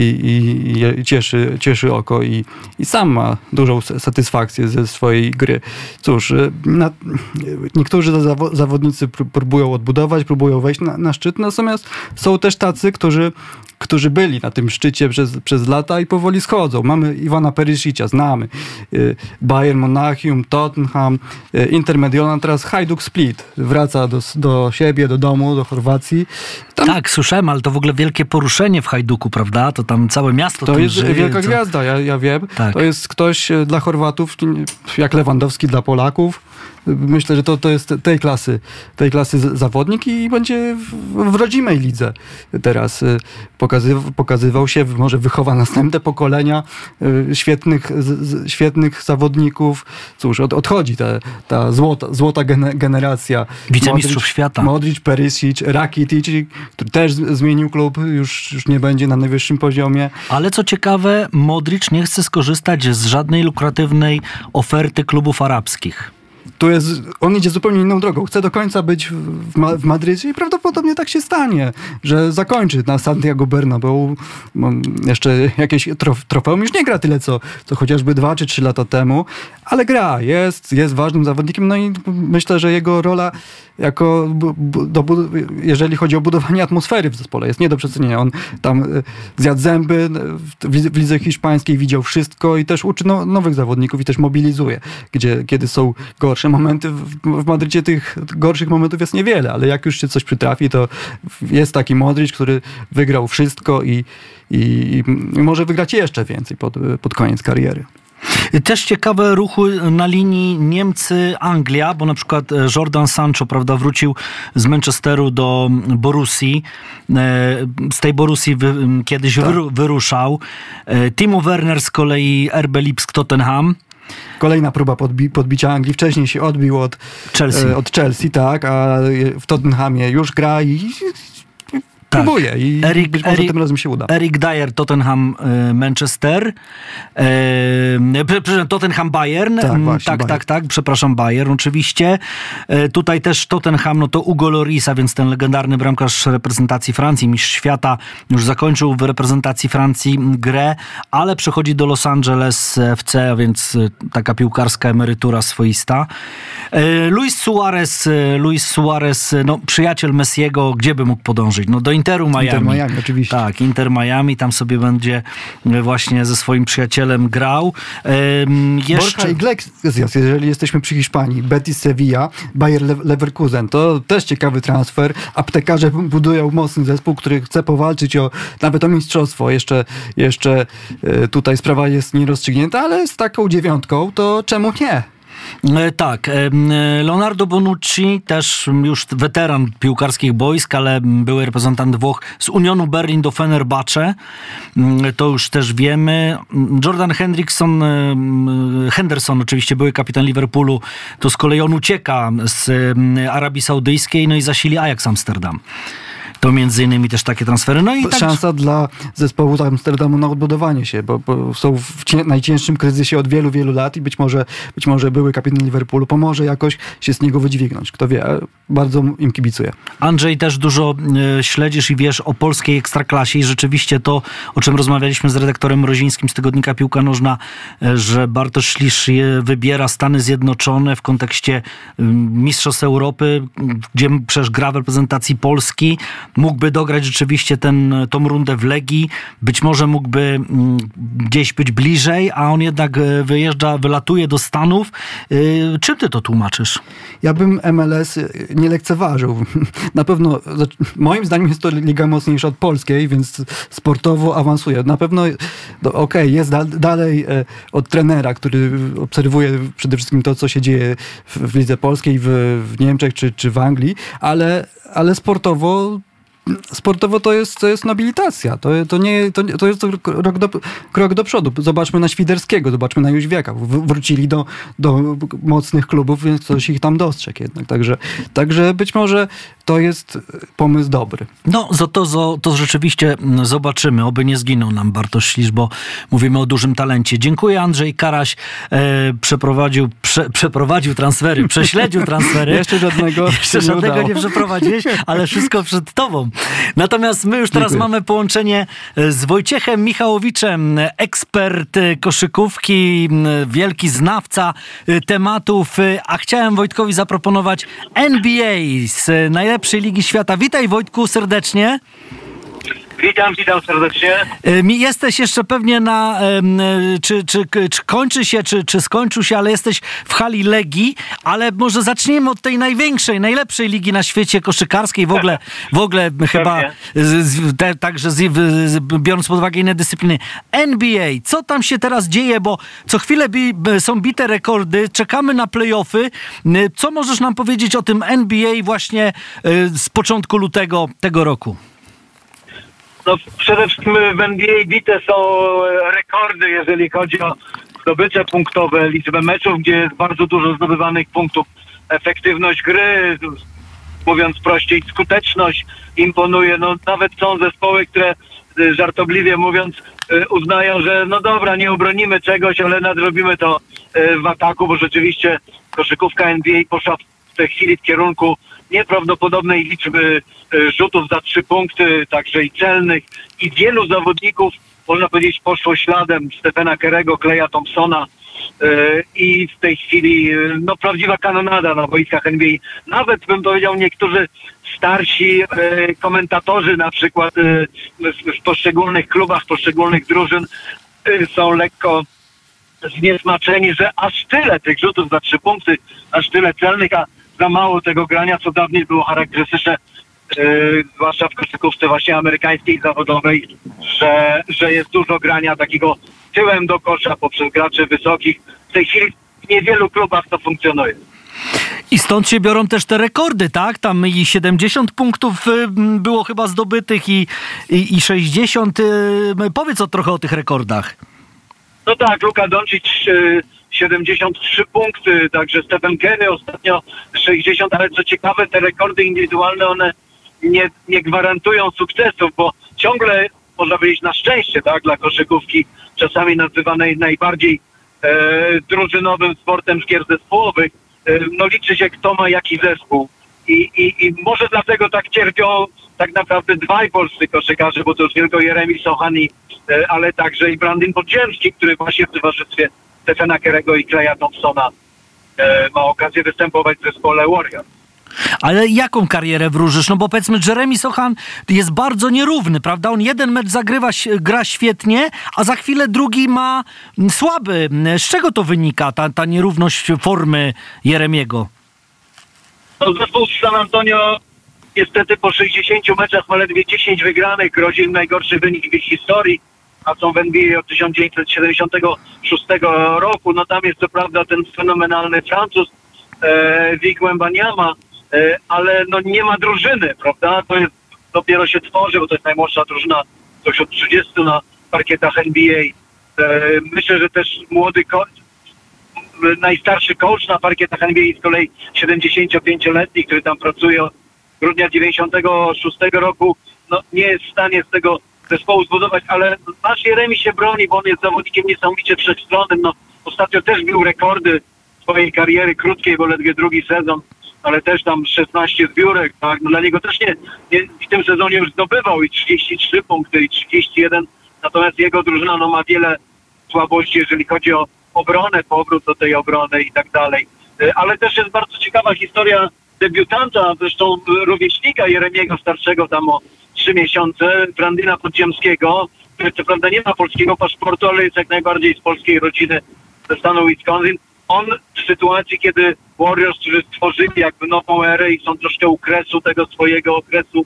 cieszy oko i sam ma dużą satysfakcję ze swojej gry. Cóż, niektórzy zawodnicy próbują odbudować, próbują wejść na szczyt, natomiast są też tacy, którzy byli na tym szczycie przez przez lata i powoli schodzą. Mamy Ivana Perisicia, znamy. Bayern Monachium, Tottenham, Inter Mediona, teraz Hajduk Split. Wraca do siebie, do domu, do Chorwacji. Tam... Tak, słyszałem, ale to w ogóle wielkie poruszenie w Hajduku, prawda? To tam całe miasto to jest żyje, wielka gwiazda, ja wiem. Tak. To jest ktoś dla Chorwatów, jak Lewandowski dla Polaków. Myślę, że to jest tej klasy zawodnik i będzie w rodzimej lidze teraz pokazywał się, może wychowa następne pokolenia świetnych zawodników. Cóż, odchodzi ta złota generacja. Wicemistrzów świata. Modric, Perisic, Rakitic, który też zmienił klub, już nie będzie na najwyższym poziomie. Ale co ciekawe, Modric nie chce skorzystać z żadnej lukratywnej oferty klubów arabskich. On idzie zupełnie inną drogą. Chce do końca być w Madrycie i prawdopodobnie tak się stanie, że zakończy na Santiago Bernabéu. Jeszcze jakieś trofeum już nie gra tyle, co chociażby 2 czy 3 lata temu, ale gra, jest ważnym zawodnikiem, no i myślę, że jego rola jeżeli chodzi o budowanie atmosfery w zespole, jest nie do przecenienia. On tam zjadł zęby, w lidze hiszpańskiej widział wszystko i też uczy nowych zawodników i też mobilizuje, kiedy są gorsze momenty. W Madrycie tych gorszych momentów jest niewiele, ale jak już się coś przytrafi, to jest taki Modric, który wygrał wszystko i może wygrać jeszcze więcej pod koniec kariery. Też ciekawe ruchy na linii Niemcy-Anglia, bo na przykład Jordan Sancho, prawda, wrócił z Manchesteru do Borussii. Z tej Borussii kiedyś wyruszał. Timo Werner z kolei RB Lipsk-Tottenham. Kolejna próba podbicia Anglii. Wcześniej się odbił od Chelsea, tak, a w Tottenhamie już gra i próbuje i być może tym razem się uda. Eric Dyer, Tottenham, Manchester. Tottenham, Bayern. Tak, przepraszam, Bayern oczywiście. Tutaj też Tottenham, no to Hugo Llorisa, więc ten legendarny bramkarz reprezentacji Francji, mistrz świata, już zakończył w reprezentacji Francji grę, ale przechodzi do Los Angeles FC, a więc taka piłkarska emerytura swoista. Luis Suarez, no przyjaciel Messiego, gdzie by mógł podążyć? No do Interu Miami. Inter Miami, oczywiście. Tak, Inter Miami, tam sobie będzie właśnie ze swoim przyjacielem grał. Borja Iglesias, jeżeli jesteśmy przy Hiszpanii, Betis Sevilla, Bayer Leverkusen, to też ciekawy transfer. Aptekarze budują mocny zespół, który chce powalczyć nawet o mistrzostwo. Jeszcze tutaj sprawa jest nierozstrzygnięta, ale z taką 9 to czemu nie? Tak, Leonardo Bonucci, też już weteran piłkarskich boisk, ale były reprezentant Włoch z Unionu Berlin do Fenerbahce, to już też wiemy. Jordan Henderson, oczywiście były kapitan Liverpoolu, to z kolei on ucieka z Arabii Saudyjskiej, no i zasili Ajax Amsterdam. To między innymi też takie transfery. No i szansa dla zespołu Amsterdamu na odbudowanie się, bo są w najcięższym kryzysie od wielu, wielu lat i być może były kapitan Liverpoolu pomoże jakoś się z niego wydźwignąć. Kto wie, bardzo im kibicuję. Andrzej, też dużo śledzisz i wiesz o polskiej ekstraklasie i rzeczywiście to, o czym rozmawialiśmy z redaktorem Mrozińskim z tygodnika Piłka Nożna, że Bartosz Ślisz wybiera Stany Zjednoczone w kontekście Mistrzostw Europy, gdzie przecież gra w reprezentacji Polski. Mógłby dograć rzeczywiście tą rundę w Legii. Być może mógłby gdzieś być bliżej, a on jednak wylatuje do Stanów. Czym ty to tłumaczysz? Ja bym MLS nie lekceważył. Na pewno, moim zdaniem jest to liga mocniejsza od polskiej, więc sportowo awansuje. Na pewno, jest dalej od trenera, który obserwuje przede wszystkim to, co się dzieje w lidze polskiej, w Niemczech czy w Anglii, ale sportowo to jest nobilitacja. To jest krok do przodu. Zobaczmy na Świderskiego, zobaczmy na Jóźwiaka. Wrócili do mocnych klubów, więc ktoś ich tam dostrzegł jednak. Także być może to jest pomysł dobry. No, to rzeczywiście zobaczymy. Oby nie zginął nam Bartosz Ślisz, bo mówimy o dużym talencie. Dziękuję. Andrzej Karaś przeprowadził transfery, prześledził transfery. Jeszcze żadnego nie przeprowadziłeś, ale wszystko przed tobą. Natomiast my już teraz mamy połączenie z Wojciechem Michałowiczem, ekspert koszykówki, wielki znawca tematów, a chciałem Wojtkowi zaproponować NBA z najlepszej ligi świata. Witaj, Wojtku, serdecznie. Witam serdecznie. Jesteś jeszcze pewnie na... Czy kończy się, czy skończył się, ale jesteś w hali Legii, ale może zaczniemy od tej największej, najlepszej ligi na świecie koszykarskiej, w ogóle chyba także biorąc pod uwagę inne dyscypliny. NBA, co tam się teraz dzieje, bo co chwilę są bite rekordy, czekamy na play-offy. Co możesz nam powiedzieć o tym NBA właśnie z początku lutego tego roku? No przede wszystkim w NBA bite są rekordy, jeżeli chodzi o zdobycze punktowe, liczbę meczów, gdzie jest bardzo dużo zdobywanych punktów. Efektywność gry, mówiąc prościej, skuteczność imponuje. No nawet są zespoły, które żartobliwie mówiąc uznają, że no dobra, nie obronimy czegoś, ale nadrobimy to w ataku, bo rzeczywiście koszykówka NBA poszła w tej chwili w kierunku nieprawdopodobnej liczby rzutów za 3 punkty, także i celnych, i wielu zawodników, można powiedzieć, poszło śladem Stephena Curry'ego, Klaya Thompsona i w tej chwili no prawdziwa kanonada na boiskach NBA. Nawet bym powiedział, niektórzy starsi komentatorzy na przykład w poszczególnych klubach, poszczególnych drużyn są lekko zniesmaczeni, że aż tyle tych rzutów za 3 punkty, aż tyle celnych, a za mało tego grania, co dawniej było charakterystyczne, zwłaszcza w koszykówce właśnie amerykańskiej zawodowej, że jest dużo grania takiego tyłem do kosza poprzez graczy wysokich. W tej chwili w niewielu klubach to funkcjonuje. I stąd się biorą też te rekordy, tak? Tam i 70 punktów było chyba zdobytych i 60. Powiedz trochę o tych rekordach. No tak, Luka Doncic 73 punkty, także Stephen Curry ostatnio 60, ale co ciekawe, te rekordy indywidualne, one nie gwarantują sukcesów, bo ciągle, można powiedzieć na szczęście, tak, dla koszykówki, czasami nazywanej najbardziej drużynowym sportem z gier zespołowych, no liczy się, kto ma jaki zespół. I może dlatego tak cierpią tak naprawdę dwaj polscy koszykarze, bo to już tylko Jeremi Sochan, ale także i Brandon Podziemski, który właśnie w towarzystwie Stephena Curry'ego i Klaya Thompsona ma okazję występować w zespole Warriors. Ale jaką karierę wróżysz? No bo powiedzmy, Jeremy Sochan jest bardzo nierówny, prawda? On jeden mecz gra świetnie, a za chwilę drugi ma słaby. Z czego to wynika, ta nierówność formy Jeremiego? No, zespół z San Antonio niestety po 60 meczach ma ledwie 10 wygranych, grozi im najgorszy wynik w ich historii, a są w NBA od 1976 roku. No tam jest co prawda ten fenomenalny Francuz Vic Wembanyama, ale no nie ma drużyny, prawda? To jest, dopiero się tworzy, bo to jest najmłodsza drużyna, coś od 30 na parkietach NBA. Myślę, że też młody najstarszy coach na parkietach NBA z kolei 75-letni, który tam pracuje od grudnia 96 roku, no nie jest w stanie z tego zespołu zbudować, ale nasz Jeremi się broni, bo on jest zawodnikiem niesamowicie wszechstronnym. No, ostatnio też bił rekordy swojej kariery krótkiej, bo ledwie drugi sezon, ale też tam 16 zbiórek, tak? No dla niego też nie w tym sezonie już zdobywał i 33 punkty, i 31, natomiast jego drużyna no, ma wiele słabości, jeżeli chodzi o obronę, powrót do tej obrony i tak dalej. Ale też jest bardzo ciekawa historia debiutanta, zresztą rówieśnika Jeremiego starszego tam o 3 miesiące, Brandona Podziemskiego, który co prawda nie ma polskiego paszportu, ale jest jak najbardziej z polskiej rodziny ze stanu Wisconsin. On w sytuacji, kiedy Warriors, którzy stworzyli jakby nową erę i są troszkę u kresu tego swojego okresu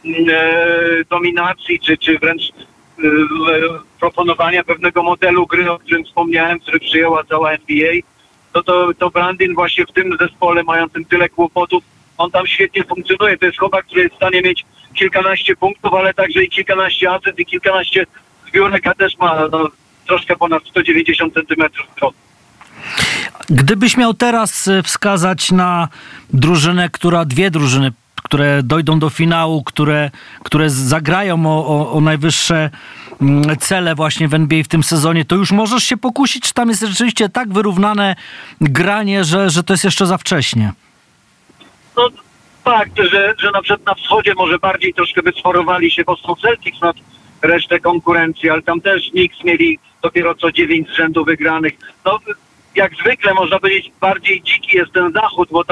dominacji, czy wręcz proponowania pewnego modelu gry, o którym wspomniałem, który przyjęła cała NBA, to Brandon właśnie w tym zespole mającym tyle kłopotów, on tam świetnie funkcjonuje. To jest chłopak, który jest w stanie mieć kilkanaście punktów, ale także i kilkanaście asyst i kilkanaście zbiórek, a też ma troszkę ponad 190 centymetrów wzrostu. Gdybyś miał teraz wskazać na dwie drużyny, które dojdą do finału, które zagrają o najwyższe cele właśnie w NBA w tym sezonie, to już możesz się pokusić, czy tam jest rzeczywiście tak wyrównane granie, że to jest jeszcze za wcześnie? No fakt, że na przykład na wschodzie może bardziej troszkę wysforowali się Boston Celtics nad resztę konkurencji, ale tam też Knicks mieli dopiero co 9 z rzędu wygranych. No jak zwykle można powiedzieć, bardziej dziki jest ten zachód, bo tam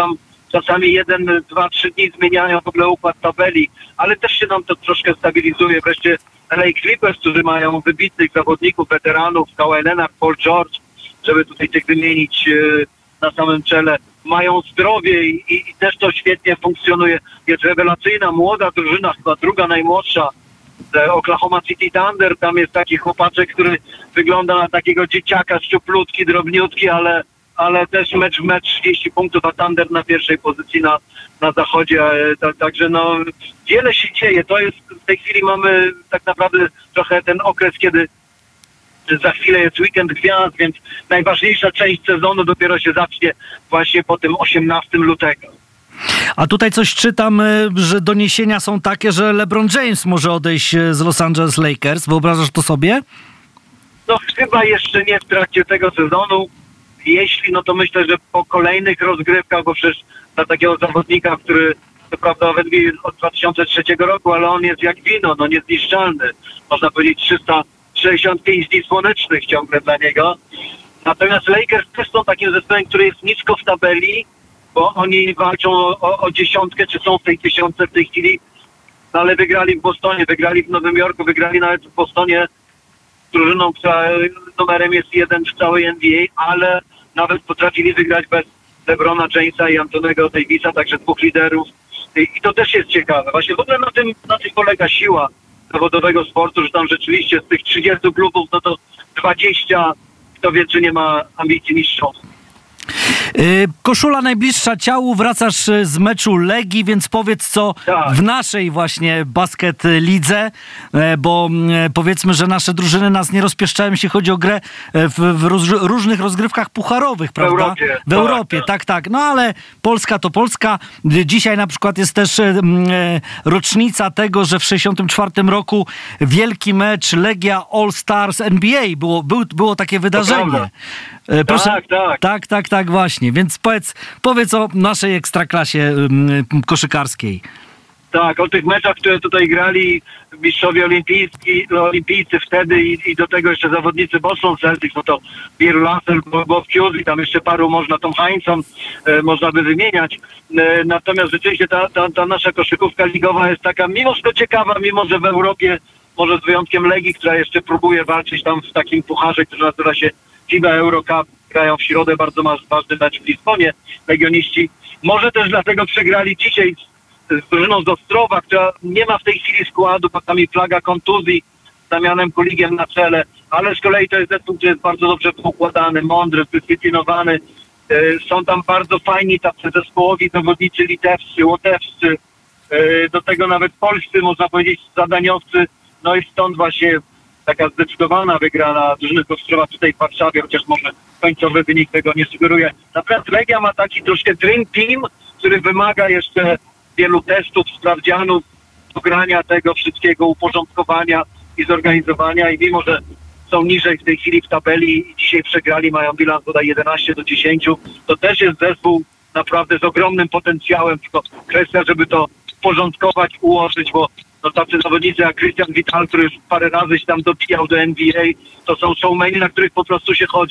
czasami 1, 2, 3 dni zmieniają w ogóle układ tabeli, ale też się nam to troszkę stabilizuje. Wreszcie LA Clippers, którzy mają wybitnych zawodników, weteranów, Kawhi Leonard, Paul George, żeby tutaj tych wymienić na samym czele, mają zdrowie i też to świetnie funkcjonuje. Jest rewelacyjna, młoda drużyna, chyba druga najmłodsza, Oklahoma City Thunder. Tam jest taki chłopaczek, który wygląda na takiego dzieciaka, szczuplutki, drobniutki, ale też mecz w mecz 30 punktów, a Thunder na pierwszej pozycji na zachodzie. Także no wiele się dzieje. To jest, w tej chwili mamy tak naprawdę trochę ten okres, kiedy za chwilę jest weekend gwiazd, więc najważniejsza część sezonu dopiero się zacznie właśnie po tym 18 lutego. A tutaj coś czytam, że doniesienia są takie, że LeBron James może odejść z Los Angeles Lakers. Wyobrażasz to sobie? No chyba jeszcze nie w trakcie tego sezonu. Jeśli, no to myślę, że po kolejnych rozgrywkach, bo przecież dla takiego zawodnika, który to prawda w NBA od 2003 roku, ale on jest jak wino, no niezniszczalny. Można powiedzieć 365 dni słonecznych ciągle dla niego. Natomiast Lakers też są takim zespołem, który jest nisko w tabeli, bo oni walczą o dziesiątkę, czy są w tej dziesiątce w tej chwili, no ale wygrali w Bostonie, wygrali w Nowym Jorku, wygrali nawet w Bostonie drużyną, która numerem jest 1 w całej NBA, ale nawet potrafili wygrać bez LeBrona Jamesa i Antonego Davisa, także dwóch liderów. I to też jest ciekawe. Właśnie w ogóle na tym polega siła zawodowego sportu, że tam rzeczywiście z tych 30 klubów, no to 20, kto wie, czy nie ma ambicji mistrzowskich. Koszula najbliższa ciału, wracasz z meczu Legii, więc powiedz co w naszej właśnie basket lidze, bo powiedzmy, że nasze drużyny nas nie rozpieszczają, jeśli chodzi o grę w różnych rozgrywkach pucharowych, prawda? W Europie, tak. No ale Polska to Polska. Dzisiaj na przykład jest też rocznica tego, że w 1964 roku wielki mecz Legia All Stars NBA. Było takie wydarzenie. Proszę, tak, właśnie. Więc powiedz o naszej ekstraklasie koszykarskiej. Tak, o tych meczach, które tutaj grali mistrzowie olimpijscy wtedy i do tego jeszcze zawodnicy Boston Celtics, no to Bill Russell, Bob Cousy, tam jeszcze paru można, Tom Heinsohn można by wymieniać. Natomiast rzeczywiście ta nasza koszykówka ligowa jest taka mimo wszystko ciekawa, mimo że w Europie, może z wyjątkiem Legii, która jeszcze próbuje walczyć tam w takim pucharze, który nazywa się FIBA Eurocup, grają w środę bardzo ważny mecz w Lizbonie, legioniści. Może też dlatego przegrali dzisiaj z drużyną z Ostrowa, która nie ma w tej chwili składu, bo tam i flaga kontuzji z Damianem Kuligiem na czele, ale z kolei to jest zespół, który jest bardzo dobrze poukładany, mądry, zdyscyplinowany. Są tam bardzo fajni tacy zespołowi zawodnicy litewscy, łotewscy, do tego nawet polscy, można powiedzieć, zadaniowcy. No i stąd właśnie taka zdecydowana wygrana drużyny z Ostrowa tutaj w Warszawie, chociaż może końcowy wynik tego nie sugeruje. Natomiast Legia ma taki troszkę dream team, który wymaga jeszcze wielu testów, sprawdzianów, dogrania tego wszystkiego, uporządkowania i zorganizowania i mimo, że są niżej w tej chwili w tabeli i dzisiaj przegrali, mają bilans bodaj 11-10, to też jest zespół naprawdę z ogromnym potencjałem, tylko kwestia, żeby to uporządkować, ułożyć, bo no tacy zawodnicy jak Christian Vital, który już parę razy się tam dobijał do NBA, to są showmeni, na których po prostu się chodzi.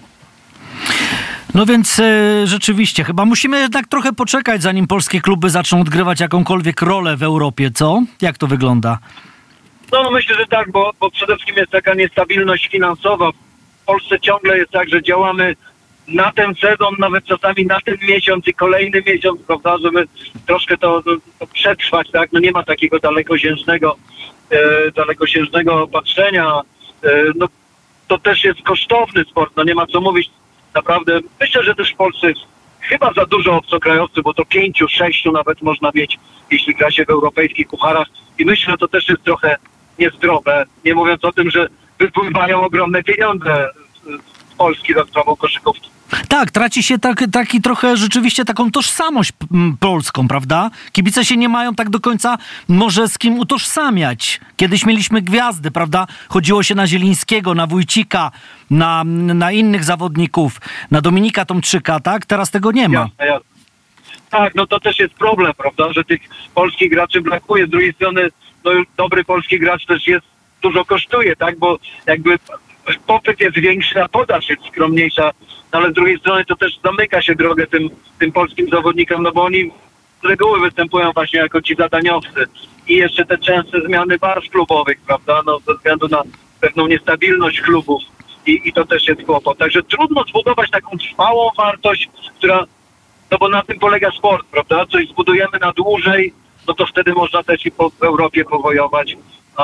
No więc rzeczywiście, chyba musimy jednak trochę poczekać, zanim polskie kluby zaczną odgrywać jakąkolwiek rolę w Europie, co? Jak to wygląda? No myślę, że tak, bo przede wszystkim jest taka niestabilność finansowa. W Polsce ciągle jest tak, że działamy na ten sezon, nawet czasami na ten miesiąc i kolejny miesiąc, prawda, żeby troszkę to przetrwać, tak? No nie ma takiego dalekosiężnego patrzenia. No to też jest kosztowny sport, no nie ma co mówić. Naprawdę myślę, że też w Polsce jest chyba za dużo obcokrajowców, bo to 5, 6 nawet można mieć, jeśli gra się w europejskich pucharach. I myślę, że to też jest trochę niezdrowe. Nie mówiąc o tym, że wypływają ogromne pieniądze z Polski za sprawą koszykówki. Tak, traci się taki trochę rzeczywiście taką tożsamość polską, prawda? Kibice się nie mają tak do końca może z kim utożsamiać. Kiedyś mieliśmy gwiazdy, prawda? Chodziło się na Zielińskiego, na Wójcika, na innych zawodników, na Dominika Tomczyka, tak? Teraz tego nie ma. Jasne. Tak, no to też jest problem, prawda? Że tych polskich graczy brakuje. Z drugiej strony, no dobry polski gracz też dużo kosztuje, tak? Bo jakby popyt jest większy, a podaż jest skromniejsza, ale z drugiej strony to też zamyka się drogę tym polskim zawodnikom, no bo oni z reguły występują właśnie jako ci zadaniowcy i jeszcze te częste zmiany barw klubowych, prawda, no ze względu na pewną niestabilność klubów i to też jest kłopot. Także trudno zbudować taką trwałą wartość, która, no bo na tym polega sport, prawda, coś zbudujemy na dłużej, no to wtedy można też i w Europie powojować,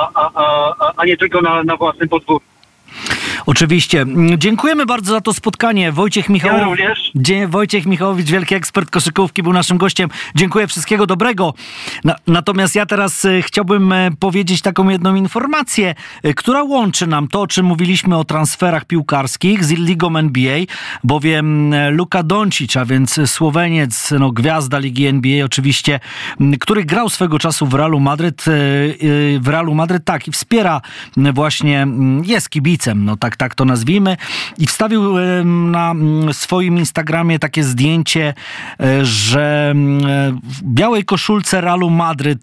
a nie tylko na własnym podwórku. Oczywiście. Dziękujemy bardzo za to spotkanie. Wojciech Michałowicz, wielki ekspert koszykówki, był naszym gościem. Dziękuję, wszystkiego dobrego. Natomiast ja teraz chciałbym powiedzieć taką jedną informację, która łączy nam to, o czym mówiliśmy o transferach piłkarskich z ligą NBA, bowiem Luka Doncic, a więc Słoweniec, gwiazda ligi NBA oczywiście, który grał swego czasu w Realu Madryt, tak, i wspiera właśnie, jest kibicem, tak to nazwijmy, i wstawił na swoim Instagramie takie zdjęcie, że w białej koszulce Realu Madryt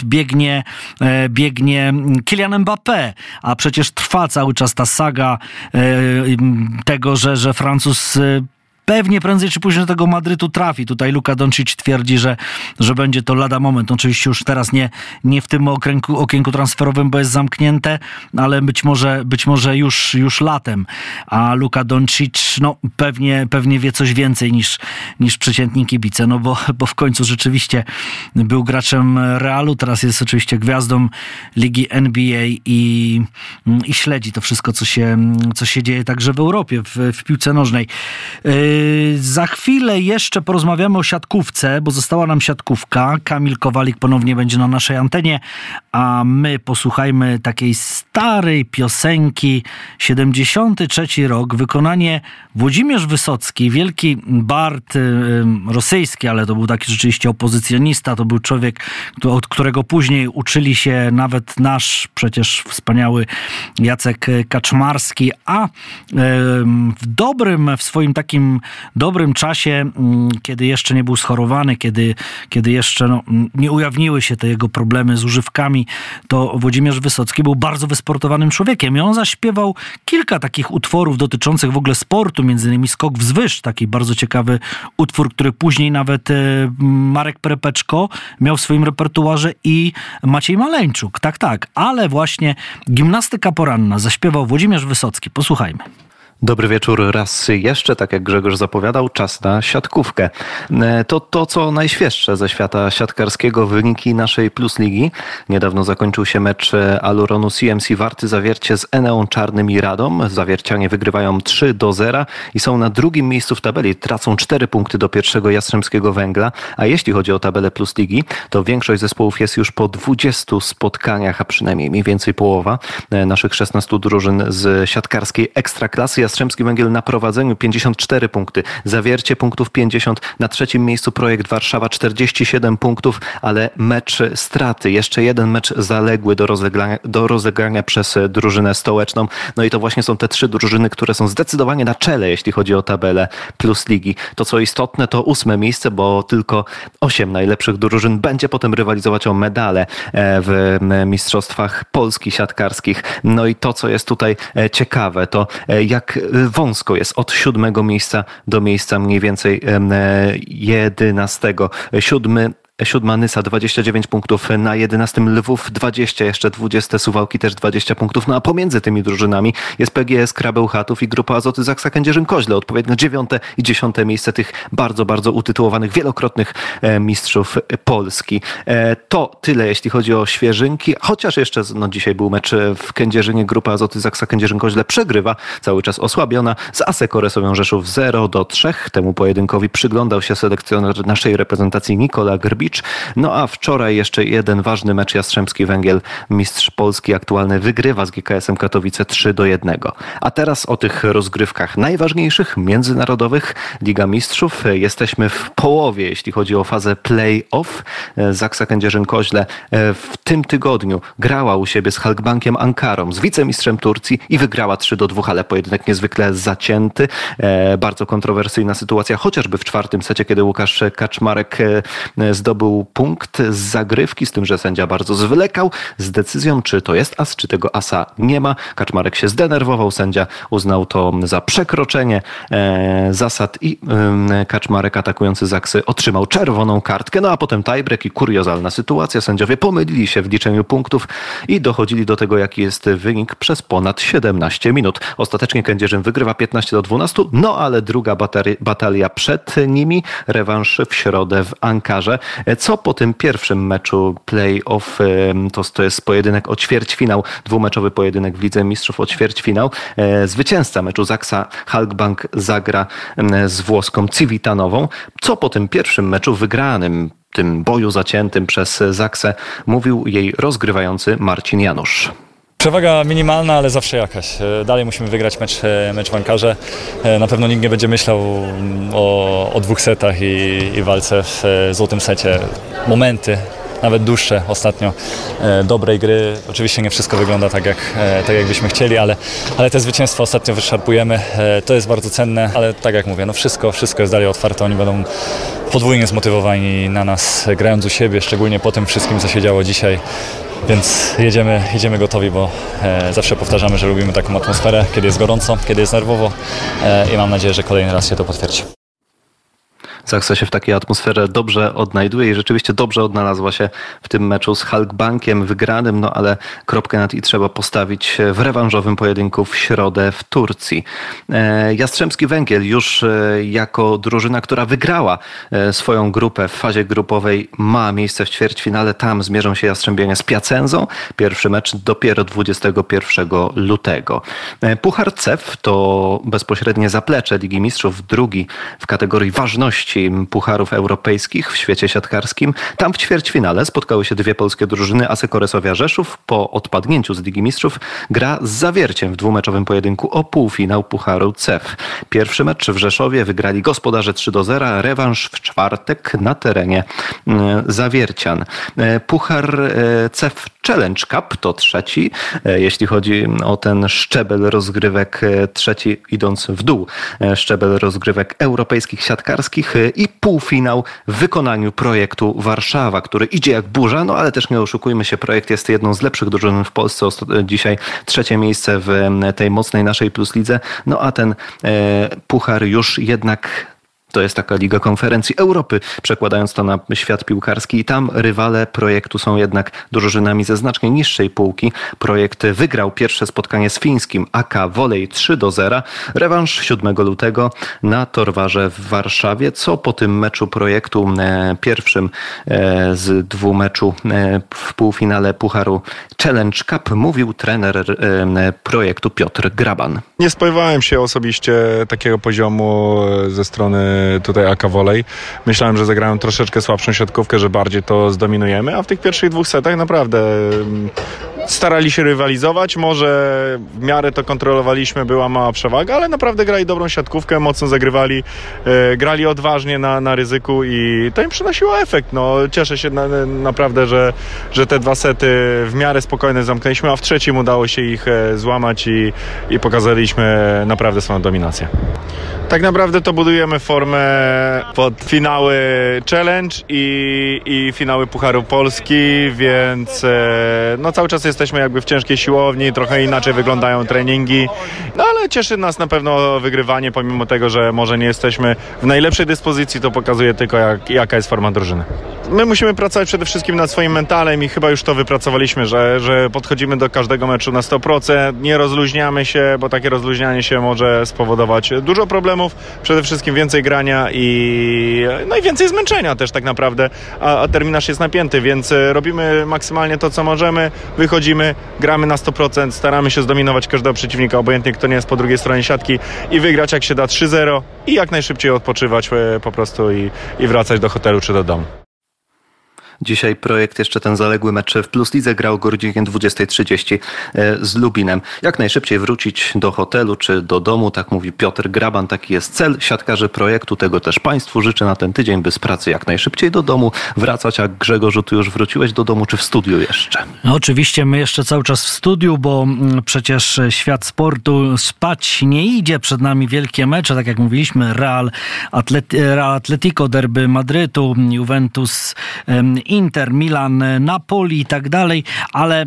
biegnie Kylian Mbappé, a przecież trwa cały czas ta saga tego, że Francuz pewnie prędzej czy później do tego Madrytu trafi. Tutaj Luka Doncic twierdzi, że będzie to lada moment. Oczywiście już teraz nie w tym okienku transferowym, bo jest zamknięte, ale być może już latem. A Luka Doncic pewnie wie coś więcej niż przeciętni kibice, bo w końcu rzeczywiście był graczem Realu, teraz jest oczywiście gwiazdą ligi NBA i śledzi to wszystko, co się dzieje także w Europie, w piłce nożnej. Za chwilę jeszcze porozmawiamy o siatkówce, bo została nam siatkówka. Kamil Kowalik ponownie będzie na naszej antenie, a my posłuchajmy takiej starej piosenki. 73 rok, wykonanie Włodzimierz Wysocki, wielki bard rosyjski, ale to był taki rzeczywiście opozycjonista, to był człowiek, od którego później uczyli się nawet nasz przecież wspaniały Jacek Kaczmarski, a w swoim takim dobrym czasie, kiedy jeszcze nie był schorowany, kiedy jeszcze nie ujawniły się te jego problemy z używkami, to Włodzimierz Wysocki był bardzo wysportowanym człowiekiem i on zaśpiewał kilka takich utworów dotyczących w ogóle sportu, między innymi Skok wzwyż, taki bardzo ciekawy utwór, który później nawet Marek Prepeczko miał w swoim repertuarze i Maciej Maleńczuk. Tak, ale właśnie Gimnastyka poranna zaśpiewał Włodzimierz Wysocki. Posłuchajmy. Dobry wieczór raz jeszcze, tak jak Grzegorz zapowiadał, czas na siatkówkę. To co najświeższe ze świata siatkarskiego, wyniki naszej Plus Ligi. Niedawno zakończył się mecz Aluronu CMC Warty Zawiercie z Eneą Czarnym i Radom. Zawiercianie wygrywają 3-0 i są na drugim miejscu w tabeli. Tracą 4 punkty do pierwszego Jastrzębskiego Węgla. A jeśli chodzi o tabelę Plus Ligi, to większość zespołów jest już po 20 spotkaniach, a przynajmniej mniej więcej połowa naszych 16 drużyn z siatkarskiej Ekstraklasy. Jastrzębski Węgiel na prowadzeniu 54 punkty, Zawiercie punktów 50, na trzecim miejscu Projekt Warszawa 47 punktów, ale mecz straty, jeszcze jeden mecz zaległy do rozegrania przez drużynę stołeczną. No i to właśnie są te 3 drużyny, które są zdecydowanie na czele, jeśli chodzi o tabelę Plus Ligi. To co istotne, to 8 miejsce, bo tylko 8 najlepszych drużyn będzie potem rywalizować o medale w Mistrzostwach Polski siatkarskich. No i to co jest tutaj ciekawe, to jak wąsko jest od 7 miejsca do miejsca mniej więcej 11. 7 Nysa 29 punktów, na 11 Lwów 20, jeszcze 20 Suwałki też 20 punktów, no a pomiędzy tymi drużynami jest PGS Krabełchatów i Grupa Azoty Zaksa Kędzierzyn-Koźle, odpowiednio 9 i 10 miejsce tych bardzo, bardzo utytułowanych, wielokrotnych mistrzów Polski. To tyle, jeśli chodzi o świeżynki, chociaż jeszcze dzisiaj był mecz w Kędzierzynie, Grupa Azoty Zaksa Kędzierzyn-Koźle przegrywa, cały czas osłabiona, z ASEK Sowią Rzeszów 0-3. Temu pojedynkowi przyglądał się selekcjoner naszej reprezentacji Nikola Grbicz. No a wczoraj jeszcze jeden ważny mecz. Jastrzębski Węgiel, mistrz Polski aktualny, wygrywa z GKS-em Katowice 3-1. A teraz o tych rozgrywkach najważniejszych, międzynarodowych. Liga Mistrzów. Jesteśmy w połowie, jeśli chodzi o fazę play-off. Zaksa Kędzierzyn-Koźle w tym tygodniu grała u siebie z Halkbankiem Ankarą, z wicemistrzem Turcji i wygrała 3-2, ale pojedynek niezwykle zacięty. Bardzo kontrowersyjna sytuacja, chociażby w 4. secie, kiedy Łukasz Kaczmarek zdobył zdobył punkt z zagrywki, z tym, że sędzia bardzo zwlekał z decyzją, czy to jest as, czy tego asa nie ma. Kaczmarek się zdenerwował, sędzia uznał to za przekroczenie zasad i Kaczmarek atakujący Zaksy otrzymał czerwoną kartkę. No a potem tiebreak i kuriozalna sytuacja. Sędziowie pomylili się w liczeniu punktów i dochodzili do tego, jaki jest wynik przez ponad 17 minut. Ostatecznie Kędzierzyn wygrywa 15-12, no ale druga batalia przed nimi, rewanż w środę w Ankarze. Co po tym pierwszym meczu play-off, to jest pojedynek o ćwierćfinał, dwumeczowy pojedynek w Lidze Mistrzów o ćwierćfinał. Zwycięzca meczu Zaksa Halkbank zagra z włoską Civitanową. Co po tym pierwszym meczu wygranym, tym boju zaciętym przez Zaksę, mówił jej rozgrywający Marcin Janusz. Przewaga minimalna, ale zawsze jakaś. Dalej musimy wygrać mecz w Ankarze. Na pewno nikt nie będzie myślał o 2 setach i walce w złotym secie. Momenty, nawet dłuższe ostatnio, dobrej gry. Oczywiście nie wszystko wygląda tak jak byśmy chcieli, ale te zwycięstwa ostatnio wyszarpujemy. To jest bardzo cenne, ale tak jak mówię, no wszystko jest dalej otwarte. Oni będą podwójnie zmotywowani na nas, grając u siebie, szczególnie po tym wszystkim, co się działo dzisiaj. Więc jedziemy gotowi, bo zawsze powtarzamy, że lubimy taką atmosferę, kiedy jest gorąco, kiedy jest nerwowo i mam nadzieję, że kolejny raz się to potwierdzi. Zaksa się w takiej atmosferze dobrze odnajduje i rzeczywiście dobrze odnalazła się w tym meczu z Halkbankiem wygranym, no ale kropkę nad i trzeba postawić w rewanżowym pojedynku w środę w Turcji. Jastrzębski Węgiel już jako drużyna, która wygrała swoją grupę w fazie grupowej, ma miejsce w ćwierćfinale. Tam zmierzą się Jastrzębianie z Piacenzą. Pierwszy mecz dopiero 21 lutego. Puchar CEF to bezpośrednie zaplecze Ligi Mistrzów, drugi w kategorii ważności pucharów europejskich w świecie siatkarskim. Tam w ćwierćfinale spotkały się 2 polskie drużyny. ASEKO Resowia Rzeszów po odpadnięciu z Ligi Mistrzów gra z Zawierciem w dwumeczowym pojedynku o półfinał Pucharu CEF. Pierwszy mecz w Rzeszowie wygrali gospodarze 3-0, rewanż w czwartek na terenie Zawiercian. Puchar CEF Challenge Cup to trzeci, jeśli chodzi o ten szczebel rozgrywek, trzeci idąc w dół, szczebel rozgrywek europejskich siatkarskich i półfinał w wykonaniu projektu Warszawa, który idzie jak burza, no ale też nie oszukujmy się, projekt jest jedną z lepszych drużyn w Polsce. Dzisiaj 3. miejsce w tej mocnej naszej Plus Lidze, no a ten puchar już jednak to jest taka Liga Konferencji Europy, przekładając to na świat piłkarski i tam rywale projektu są jednak drużynami ze znacznie niższej półki. Projekt wygrał pierwsze spotkanie z fińskim AK Volley 3-0. Rewanż 7 lutego na Torwarze w Warszawie. Co po tym meczu projektu, pierwszym z 2 meczu w półfinale Pucharu Challenge Cup, mówił trener projektu Piotr Graban. Nie spodziewałem się osobiście takiego poziomu ze strony tutaj AK Volley. Myślałem, że zagrają troszeczkę słabszą siatkówkę, że bardziej to zdominujemy, a w tych pierwszych 2 setach naprawdę starali się rywalizować. Może w miarę to kontrolowaliśmy, była mała przewaga, ale naprawdę grali dobrą siatkówkę, mocno zagrywali, grali odważnie na ryzyku i to im przynosiło efekt. No, cieszę się naprawdę, że te 2 sety w miarę spokojnie zamknęliśmy, a w trzecim udało się ich złamać i pokazaliśmy naprawdę swoją dominację. Tak naprawdę to budujemy formę pod finały Challenge i finały Pucharu Polski, więc no cały czas jesteśmy jakby w ciężkiej siłowni, trochę inaczej wyglądają treningi, no ale cieszy nas na pewno wygrywanie, pomimo tego, że może nie jesteśmy w najlepszej dyspozycji, to pokazuje tylko jaka jest forma drużyny. My musimy pracować przede wszystkim nad swoim mentalem i chyba już to wypracowaliśmy, że podchodzimy do każdego meczu na 100%, nie rozluźniamy się, bo takie rozluźnianie się może spowodować dużo problemów, przede wszystkim więcej grania i więcej zmęczenia też tak naprawdę, a terminarz jest napięty, więc robimy maksymalnie to, co możemy, wychodzimy, gramy na 100%, staramy się zdominować każdego przeciwnika, obojętnie kto nie jest po drugiej stronie siatki i wygrać jak się da 3-0 i jak najszybciej odpoczywać po prostu i wracać do hotelu czy do domu. Dzisiaj Projekt jeszcze ten zaległy mecz w Plus Lidze grał o godzinie 20:30 z Lubinem. Jak najszybciej wrócić do hotelu czy do domu, tak mówi Piotr Graban, taki jest cel siatkarzy Projektu. Tego też Państwu życzę na ten tydzień, by z pracy jak najszybciej do domu wracać. A Grzegorzu, ty już wróciłeś do domu czy w studiu jeszcze? No, oczywiście my jeszcze cały czas w studiu, bo przecież świat sportu spać nie idzie. Przed nami wielkie mecze, tak jak mówiliśmy, Real Atletico, derby Madrytu, Juventus, Inter, Milan, Napoli i tak dalej, ale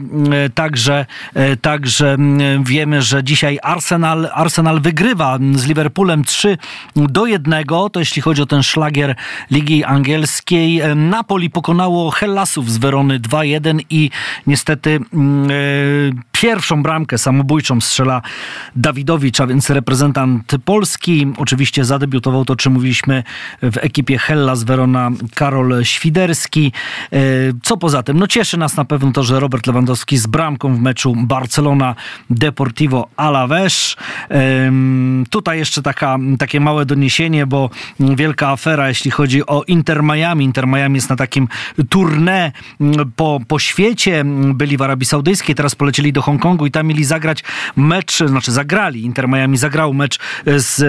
także wiemy, że dzisiaj Arsenal wygrywa z Liverpoolem 3-1, to jeśli chodzi o ten szlagier Ligi Angielskiej. Napoli pokonało Hellasów z Werony 2-1 i niestety pierwszą bramkę samobójczą strzela Dawidowicz, a więc reprezentant Polski. Oczywiście zadebiutował, to czym mówiliśmy, w ekipie Hellas Verona Karol Świderski. Co poza tym? No cieszy nas na pewno to, że Robert Lewandowski z bramką w meczu Barcelona Deportivo Alavés. Tutaj jeszcze takie małe doniesienie, bo wielka afera, jeśli chodzi o Inter Miami. Inter Miami jest na takim tournée po świecie. Byli w Arabii Saudyjskiej, teraz polecieli do Hongkongu i tam mieli zagrać mecz, zagrali. Inter Miami zagrał mecz z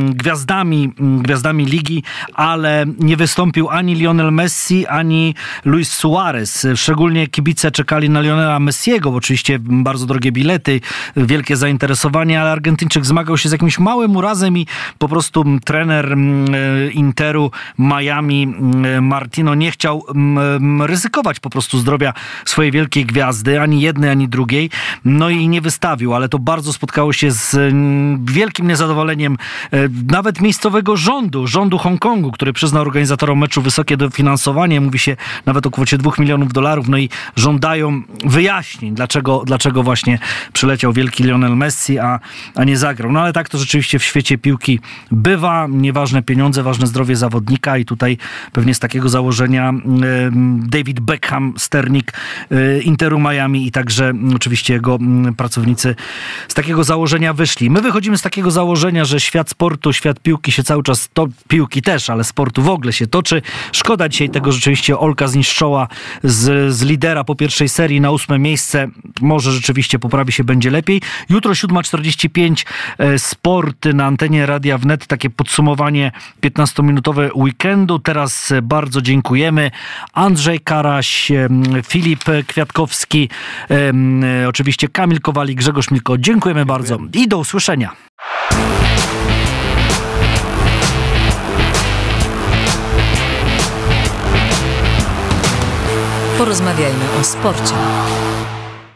gwiazdami ligi, ale nie wystąpił ani Lionel Messi, ani Luis Suarez. Szczególnie kibice czekali na Lionela Messiego, bo oczywiście bardzo drogie bilety, wielkie zainteresowanie, ale Argentyńczyk zmagał się z jakimś małym urazem i po prostu trener Interu Miami Martino nie chciał ryzykować po prostu zdrowia swojej wielkiej gwiazdy, ani jednej, ani drugiej. No i nie wystawił, ale to bardzo spotkało się z wielkim niezadowoleniem nawet miejscowego rządu Hongkongu, który przyznał organizatorom meczu wysokie dofinansowanie. Mówi się nawet o kwocie $2 milionów. No i żądają wyjaśnień, dlaczego właśnie przyleciał wielki Lionel Messi, a nie zagrał. No ale tak to rzeczywiście w świecie piłki bywa. Nieważne pieniądze, ważne zdrowie zawodnika i tutaj pewnie z takiego założenia David Beckham, sternik Interu Miami i także oczywiście jego pracownicy z takiego założenia wyszli. My wychodzimy z takiego założenia, że świat sportu, świat piłki się cały czas, piłki też, ale sportu w ogóle się toczy. Szkoda dzisiaj tego rzeczywiście Olka zniszczoła z lidera po pierwszej serii na 8. miejsce. Może rzeczywiście poprawi się, będzie lepiej. Jutro 7:45 sporty na antenie Radia Wnet. Takie podsumowanie 15-minutowe weekendu. Teraz bardzo dziękujemy. Andrzej Karaś, Filip Kwiatkowski, oczywiście Kamil Kowalik, Grzegorz Milko. Dziękujemy bardzo i do usłyszenia. Porozmawiajmy o sporcie.